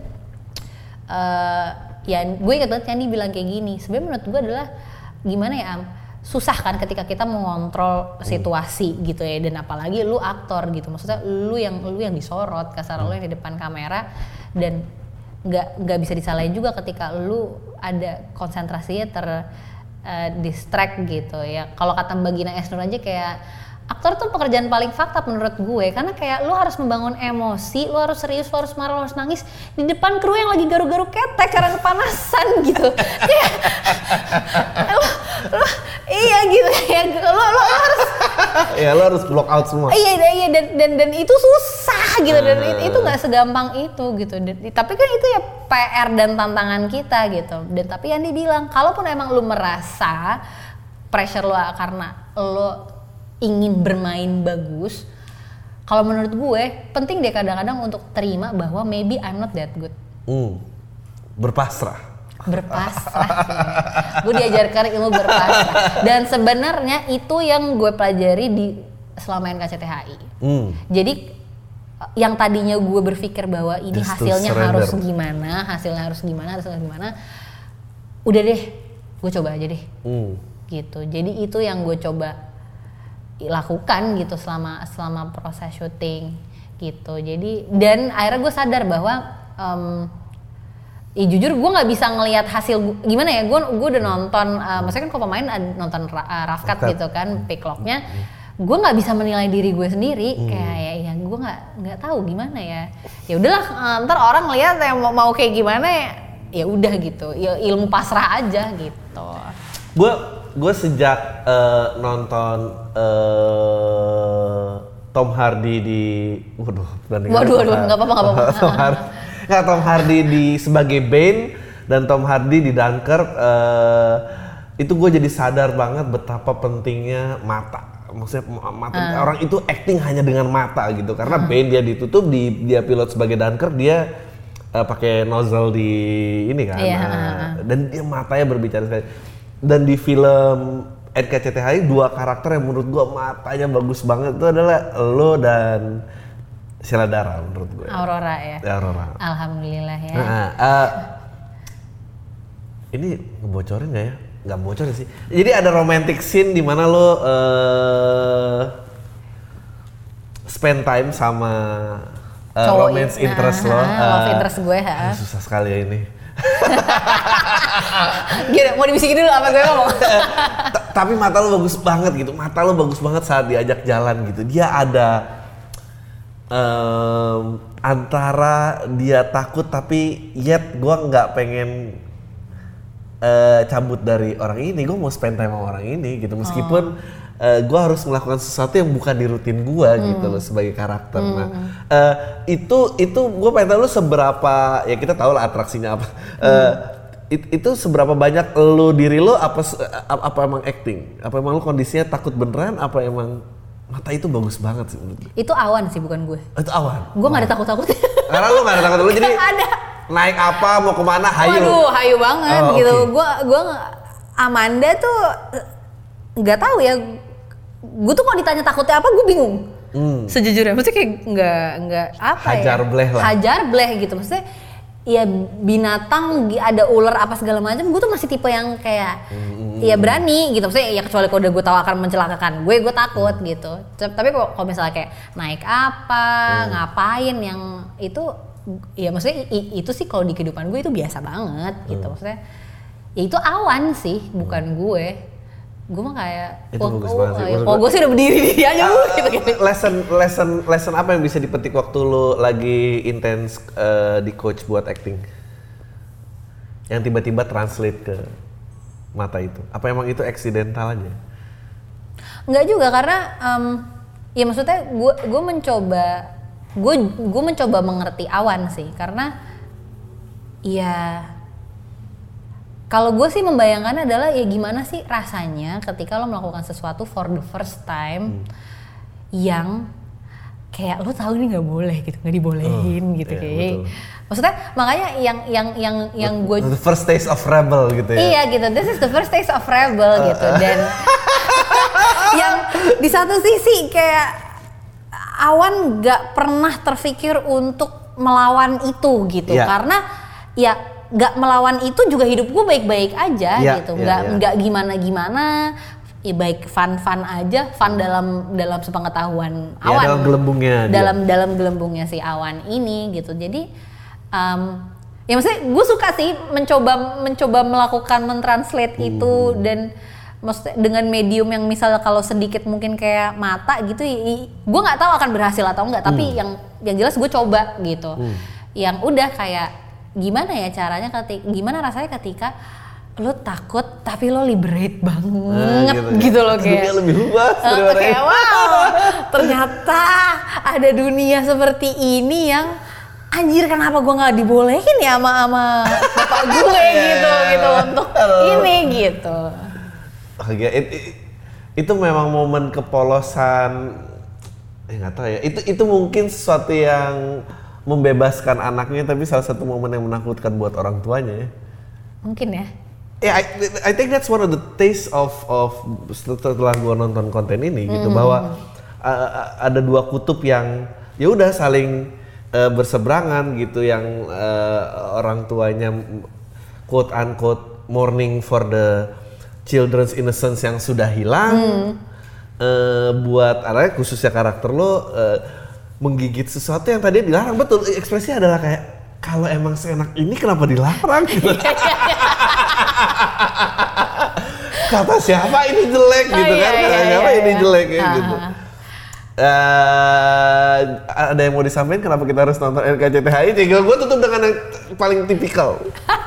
ya gue ingat banget Yandi bilang kayak gini, sebenarnya menurut gue adalah gimana ya Am, susah kan ketika kita mengontrol situasi gitu ya, dan apalagi lu aktor gitu, maksudnya lu yang disorot kasar, lu yang di depan kamera, dan nggak bisa disalahin juga ketika lu ada konsentrasinya distract gitu ya. Kalau kata Mbak Gina Esnur aja kayak aktor tuh pekerjaan paling fakta menurut gue, karena kayak lu harus membangun emosi, lu harus serius, lu harus marah, lu harus nangis di depan kru yang lagi garu-garu ketek karena kepanasan gitu. Kayak lu iya gitu ya, lu harus
ya lu harus block out semua.
Iya dan itu susah gitu, dan itu nggak segampang itu gitu. Tapi kan itu ya PR dan tantangan kita gitu. Dan tapi yang dibilang, kalaupun emang lu merasa pressure lu karena lu ingin bermain bagus, kalau menurut gue penting deh kadang-kadang untuk terima bahwa maybe I'm not that good.
Berpasrah.
Gue diajarkan ilmu berpasrah, dan sebenarnya itu yang gue pelajari selama NKCTHI. Jadi yang tadinya gue berpikir bahwa ini hasilnya harus gimana, udah deh gue coba aja deh gitu. Jadi itu yang gue coba lakukan gitu selama proses syuting gitu. Jadi dan akhirnya gue sadar bahwa jujur gue nggak bisa ngelihat hasil gimana ya, gue udah nonton maksudnya kan kalau pemain nonton rough cut gitu kan, pick lock-nya, gue nggak bisa menilai diri gue sendiri. Kayak ya gue nggak tahu gimana ya udahlah, ntar orang lihat yang mau kayak gimana ya udah gitu, ya ilmu pasrah aja gitu.
Gue sejak nonton Tom Hardy di waduh
nggak apa-apa.
Tom Hardy sebagai Bane dan Tom Hardy di Dunkirk, itu gue jadi sadar banget betapa pentingnya mata. Maksudnya orang itu acting hanya dengan mata gitu, karena Bane dia ditutup, dia pilot sebagai Dunkirk dia pakai nozzle di ini kan, dan dia matanya berbicara sekali. Dan di film NKCTHI 2 karakter yang menurut gua matanya bagus banget itu adalah lo dan Sheila Dara menurut gue.
Aurora ya.
Aurora.
Alhamdulillah ya.
Ini ngebocorin nggak ya? Nggak bocorin sih. Jadi ada romantic scene di mana lo spend time sama romance interest lo.
Love interest gue.
Susah sekali ya ini.
Gila, mau dibisikin dulu apa gue ngomong?
Tapi mata lo bagus banget gitu. Mata lo bagus banget saat diajak jalan gitu. Dia ada antara dia takut tapi yet gue nggak pengen cabut dari orang ini. Gue mau spend time sama orang ini gitu. Meskipun gue harus melakukan sesuatu yang bukan di rutin gue gitu loh sebagai karakter. Nah itu gue pengen tahu lo seberapa, ya kita tahu lah atraksinya apa. Itu seberapa banyak lo diri lo apa emang acting? Apa emang lo kondisinya takut beneran? Apa emang mata itu bagus banget sih menurut gue?
Itu awan sih, bukan gue.
Itu awan?
Gue nggak ada takut-takutnya.
Karena lo nggak ada takut, lo jadi
ada.
Naik apa, mau kemana, hayu?
Waduh, hayu banget gitu. Okay. Gue Amanda tuh nggak tahu ya. gue tuh kalau ditanya takutnya apa gue bingung. Sejujurnya maksudnya kayak nggak apa
hajar bleh lah.
Hajar bleh gitu maksudnya. Ya binatang ada ular apa segala macam, gue tuh masih tipe yang kayak ya berani gitu, maksudnya ya kecuali kalau udah gue tahu akan mencelakakan gue takut gitu. Tapi kalau misalnya kayak naik apa, ngapain yang itu, ya maksudnya itu sih kalau di kehidupan gue itu biasa banget gitu, maksudnya ya itu awan sih, bukan gue mah kayak
itu bagus banget sih.
Kalau gue sih udah berdiri aja gitu.
Lesson apa yang bisa dipetik waktu lu lagi intens di coach buat acting? Yang tiba-tiba translate ke mata itu. Apa emang itu accidental aja?
Enggak juga karena ya maksudnya gue mencoba mengerti awan sih karena ya kalau gue sih membayangkan adalah ya gimana sih rasanya ketika lo melakukan sesuatu for the first time yang kayak lo tahu ini nggak boleh gitu, nggak dibolehin gitu kayak. Betul. Maksudnya makanya yang gue
the first taste of rebel gitu ya.
Iya gitu, this is the first taste of rebel gitu dan yang di satu sisi kayak awan nggak pernah terpikir untuk melawan itu gitu karena ya nggak melawan itu juga hidup gue baik-baik aja gitu, nggak gimana-gimana, ya baik fun aja, fun dalam sepengetahuan awan,
dalam gelembungnya,
dalam gelembungnya si awan ini gitu. Jadi ya maksudnya gue suka sih mencoba melakukan mentranslate itu dan maksudnya dengan medium yang misalnya kalau sedikit mungkin kayak mata gitu, gue nggak tahu akan berhasil atau enggak, tapi yang jelas gue coba gitu, yang udah kayak gimana ya caranya gimana rasanya ketika lo takut tapi lo liberate banget gitu loh, kayak
dunia lebih luas
kayak wow ternyata ada dunia seperti ini yang anjir kenapa gue nggak dibolehin ya sama bapak gue gitu untuk ini gitu.
Itu memang momen kepolosan, nggak tahu ya, itu mungkin sesuatu yang membebaskan anaknya, tapi salah satu momen yang menakutkan buat orang tuanya ya.
Mungkin ya.
I think that's one of the taste of setelah gua nonton konten ini gitu, bahwa ada dua kutub yang ya udah saling berseberangan gitu, yang orang tuanya quote unquote mourning for the children's innocence yang sudah hilang, buat anaknya khususnya karakter lo menggigit sesuatu yang tadi dilarang. Betul, ekspresinya adalah kayak kalau emang seenak ini kenapa dilarang gitu. Kata siapa ini jelek gitu kan, kata siapa ini jelek kayak gitu. Ada yang mau disampaikan kenapa kita harus nonton RKCTHI? Tinggal gue tutup dengan yang paling tipikal.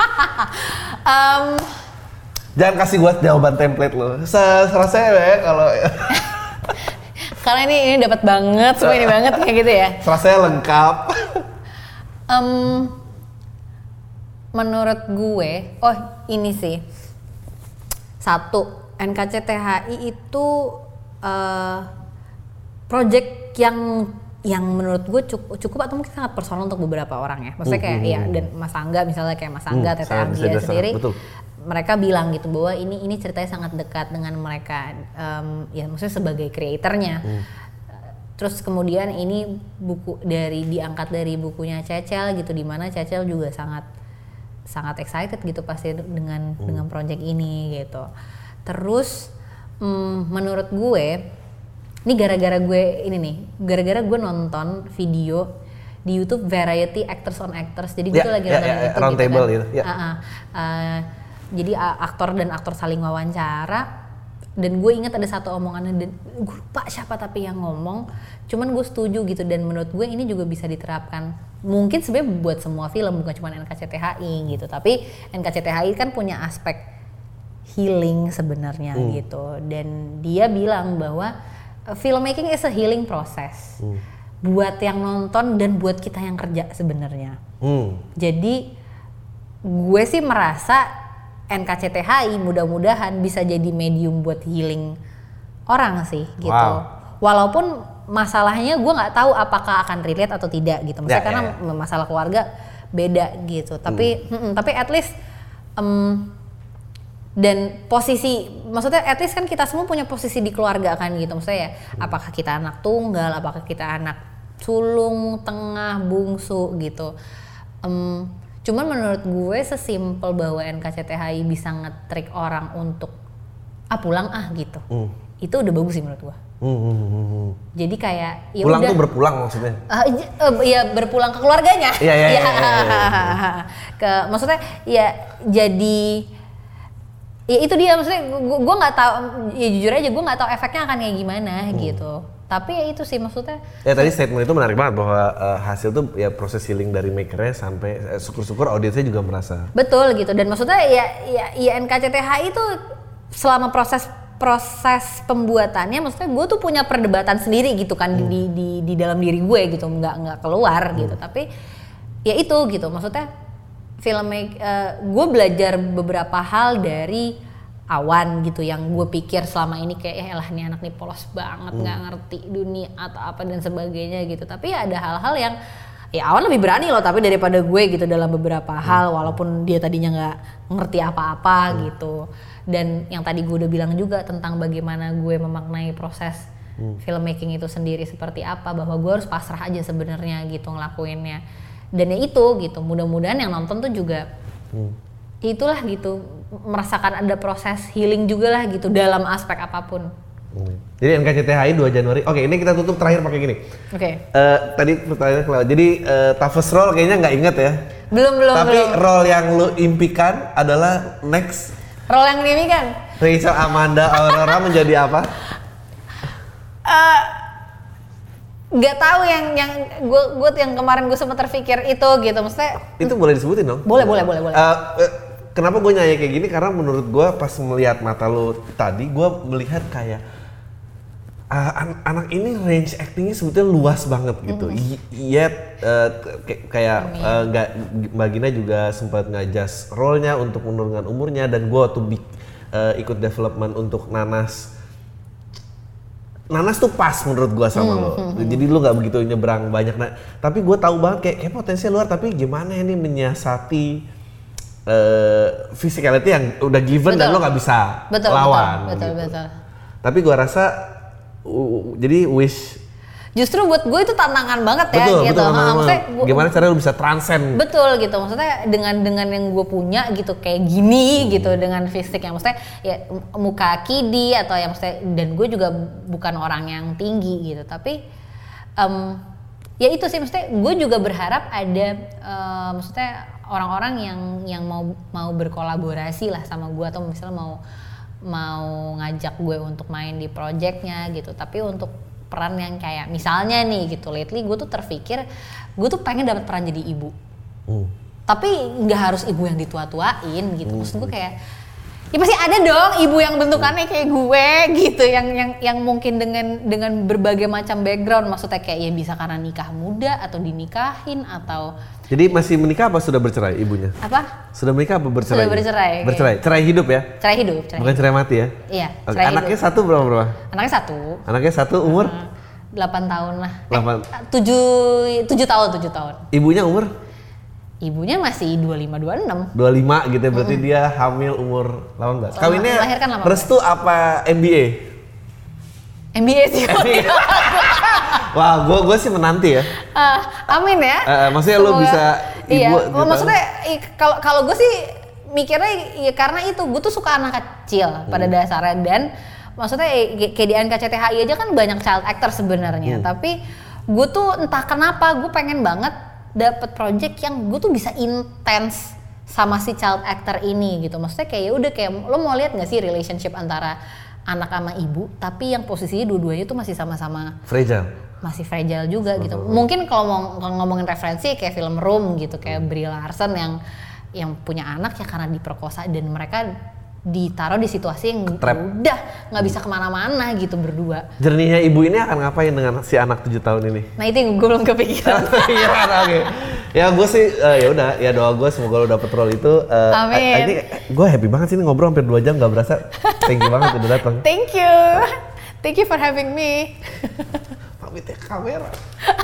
Jangan kasih gue jawaban template lo. Serasa ya kalau
karena ini dapat banget, semua ini banget kayak gitu ya.
Rasanya lengkap.
Menurut gue, ini sih. Satu, NKCTHI itu project yang menurut gue cukup atau mungkin sangat personal untuk beberapa orang ya. Maksudnya kayak ya, dan Mas Angga misalnya kayak Mas Angga, Tete Anggia sendiri. Betul. Mereka bilang gitu bahwa ini ceritanya sangat dekat dengan mereka, ya maksudnya sebagai kreatornya. Terus kemudian ini diangkat dari bukunya Cecel gitu, di mana Cecel juga sangat excited gitu pasti dengan project ini gitu. Terus menurut gue ini gara-gara gue nonton video di YouTube Variety Actors on Actors. Jadi gue tuh lagi nonton itu
round
gitu
table
kan.
gitu.
Jadi aktor dan aktor saling wawancara, dan gue ingat ada satu omongannya, dan gue lupa siapa tapi yang ngomong, cuman gue setuju gitu, dan menurut gue ini juga bisa diterapkan mungkin sebenarnya buat semua film, bukan cuma NKCTHI gitu, tapi NKCTHI kan punya aspek healing sebenarnya gitu, dan dia bilang bahwa filmmaking is a healing process buat yang nonton dan buat kita yang kerja sebenarnya. Jadi gue sih merasa NKCTHI mudah-mudahan bisa jadi medium buat healing orang sih gitu. Walaupun masalahnya gue nggak tahu apakah akan relate atau tidak gitu. Maksudnya karena masalah keluarga beda gitu. Tapi at least Dan posisi, maksudnya at least kan kita semua punya posisi di keluarga kan gitu. Maksudnya ya, apakah kita anak tunggal, apakah kita anak sulung, tengah, bungsu gitu. Cuman menurut gue sesimpel bahwa NKCTHI bisa nge-trick orang untuk pulang gitu. Itu udah bagus sih menurut gue. Jadi kayak ya
pulang
udah.
Tuh berpulang maksudnya?
Ya berpulang ke keluarganya.
Iya.
Maksudnya ya jadi ya itu dia, maksudnya gue nggak tahu, ya jujur aja gue nggak tahu efeknya akan kayak gimana gitu. Tapi ya itu sih maksudnya.
Ya tadi statement itu menarik banget bahwa hasil tuh ya proses healing dari makernya sampai syukur-syukur audiensnya juga merasa.
Betul gitu, dan maksudnya ya NKCTHI itu selama proses pembuatannya, maksudnya gue tuh punya perdebatan sendiri gitu kan di dalam diri gue gitu, nggak keluar gitu. Tapi ya itu gitu, maksudnya gue belajar beberapa hal dari Awan gitu, yang gue pikir selama ini kayak elah nih anak nih polos banget, nggak ngerti dunia atau apa dan sebagainya gitu. Tapi ya ada hal-hal yang ya Awan lebih berani loh tapi daripada gue gitu dalam beberapa hal, walaupun dia tadinya nggak ngerti apa-apa gitu. Dan yang tadi gue udah bilang juga tentang bagaimana gue memaknai proses filmmaking itu sendiri seperti apa, bahwa gue harus pasrah aja sebenarnya gitu ngelakuinnya. Dan ya itu gitu, mudah-mudahan yang nonton tuh juga itulah gitu, merasakan ada proses healing juga lah gitu dalam aspek apapun.
Jadi NKCTHI 2 Januari. Oke, ini kita tutup terakhir pakai gini. Tadi pertanyaannya kelewat. Jadi toughest role kayaknya nggak inget ya.
Belum.
Tapi role yang lu impikan adalah next.
Role yang diimpikan?
Rachel Amanda Aurora menjadi apa?
Gak tahu yang gue yang kemarin gue sempat terpikir itu gitu, maksudnya. Itu
boleh disebutin dong?
Boleh.
Kenapa gue nanya kayak gini? Karena menurut gue pas melihat mata lo tadi, gue melihat kayak anak ini range actingnya sebetulnya luas banget gitu. Yet kayak Mbak Gina juga sempat nge-adjust role-nya untuk menurunkan umurnya, dan gue tuh ikut development untuk Nanas tuh pas menurut gua sama lo. Jadi lu nggak begitu nyebrang banyak. Tapi gua tahu banget kayak potensinya luar, tapi gimana ini menyiasati physicality yang udah given dan lo nggak bisa lawan. Betul. Tapi gua rasa jadi wish.
Justru buat gue itu tantangan banget ya gitu.
Maksudnya gimana caranya lu bisa transcend?
Betul gitu, maksudnya dengan yang gue punya gitu kayak gini gitu, dengan fisik yang maksudnya ya muka kidi atau yang maksudnya, dan gue juga bukan orang yang tinggi gitu, tapi ya itu sih, maksudnya gue juga berharap ada maksudnya orang-orang yang mau berkolaborasi lah sama gue, atau misalnya mau ngajak gue untuk main di projectnya gitu, tapi untuk peran yang kayak misalnya nih gitu, lately gue tuh terpikir gue tuh pengen dapat peran jadi ibu, tapi nggak harus ibu yang ditua-tuain gitu. Maksud gue kayak ya pasti ada dong ibu yang bentukannya kayak gue gitu, yang mungkin dengan berbagai macam background, maksudnya kayak ya bisa karena nikah muda atau dinikahin atau.
Jadi masih menikah apa sudah bercerai ibunya?
Apa?
Sudah menikah apa bercerai?
Sudah bercerai.
Bercerai, cerai hidup ya?
Cerai hidup.
Bukan cerai mati ya?
Iya.
Okay. Anaknya hidup. Berapa? Anaknya satu umur?
8 tahun lah.
7
tahun.
Ibunya umur?
Ibunya masih 25-26.
25 gitu ya, berarti dia hamil umur 18. Kawinnya restu apa MBA?
MBA sih.
Wah, gue sih menanti ya.
Amin ya.
Maksudnya lo bisa ibu.
Iya. Maksudnya kalau gue sih mikirnya ya karena itu gue tuh suka anak kecil pada dasarnya, dan maksudnya kayak di NKCTHI aja kan banyak child actor sebenarnya. Tapi gue tuh entah kenapa gue pengen banget dapet project yang gue tuh bisa intens sama si child actor ini gitu. Maksudnya kayak ya udah kayak lo mau lihat nggak sih relationship antara anak sama ibu, tapi yang posisinya dua-duanya tuh masih sama-sama masih fragile juga gitu. Mungkin kalau mau ngomongin referensi kayak film Room gitu, kayak Brie Larson yang punya anak ya karena diperkosa, dan mereka ditaruh di situasi yang udah nggak bisa kemana-mana gitu berdua.
Jerninya ibu ini akan ngapain dengan si anak 7 tahun ini?
Nah itu yang gue belum kepikiran.
Iya kan, oke. Ya gue sih ya udah, ya doa gue semoga lo dapet role itu.
Amin.
Ini gue happy banget sih, ngobrol hampir 2 jam nggak berasa. Thank you banget udah datang.
Thank you for having me.
Pamit ya kamera.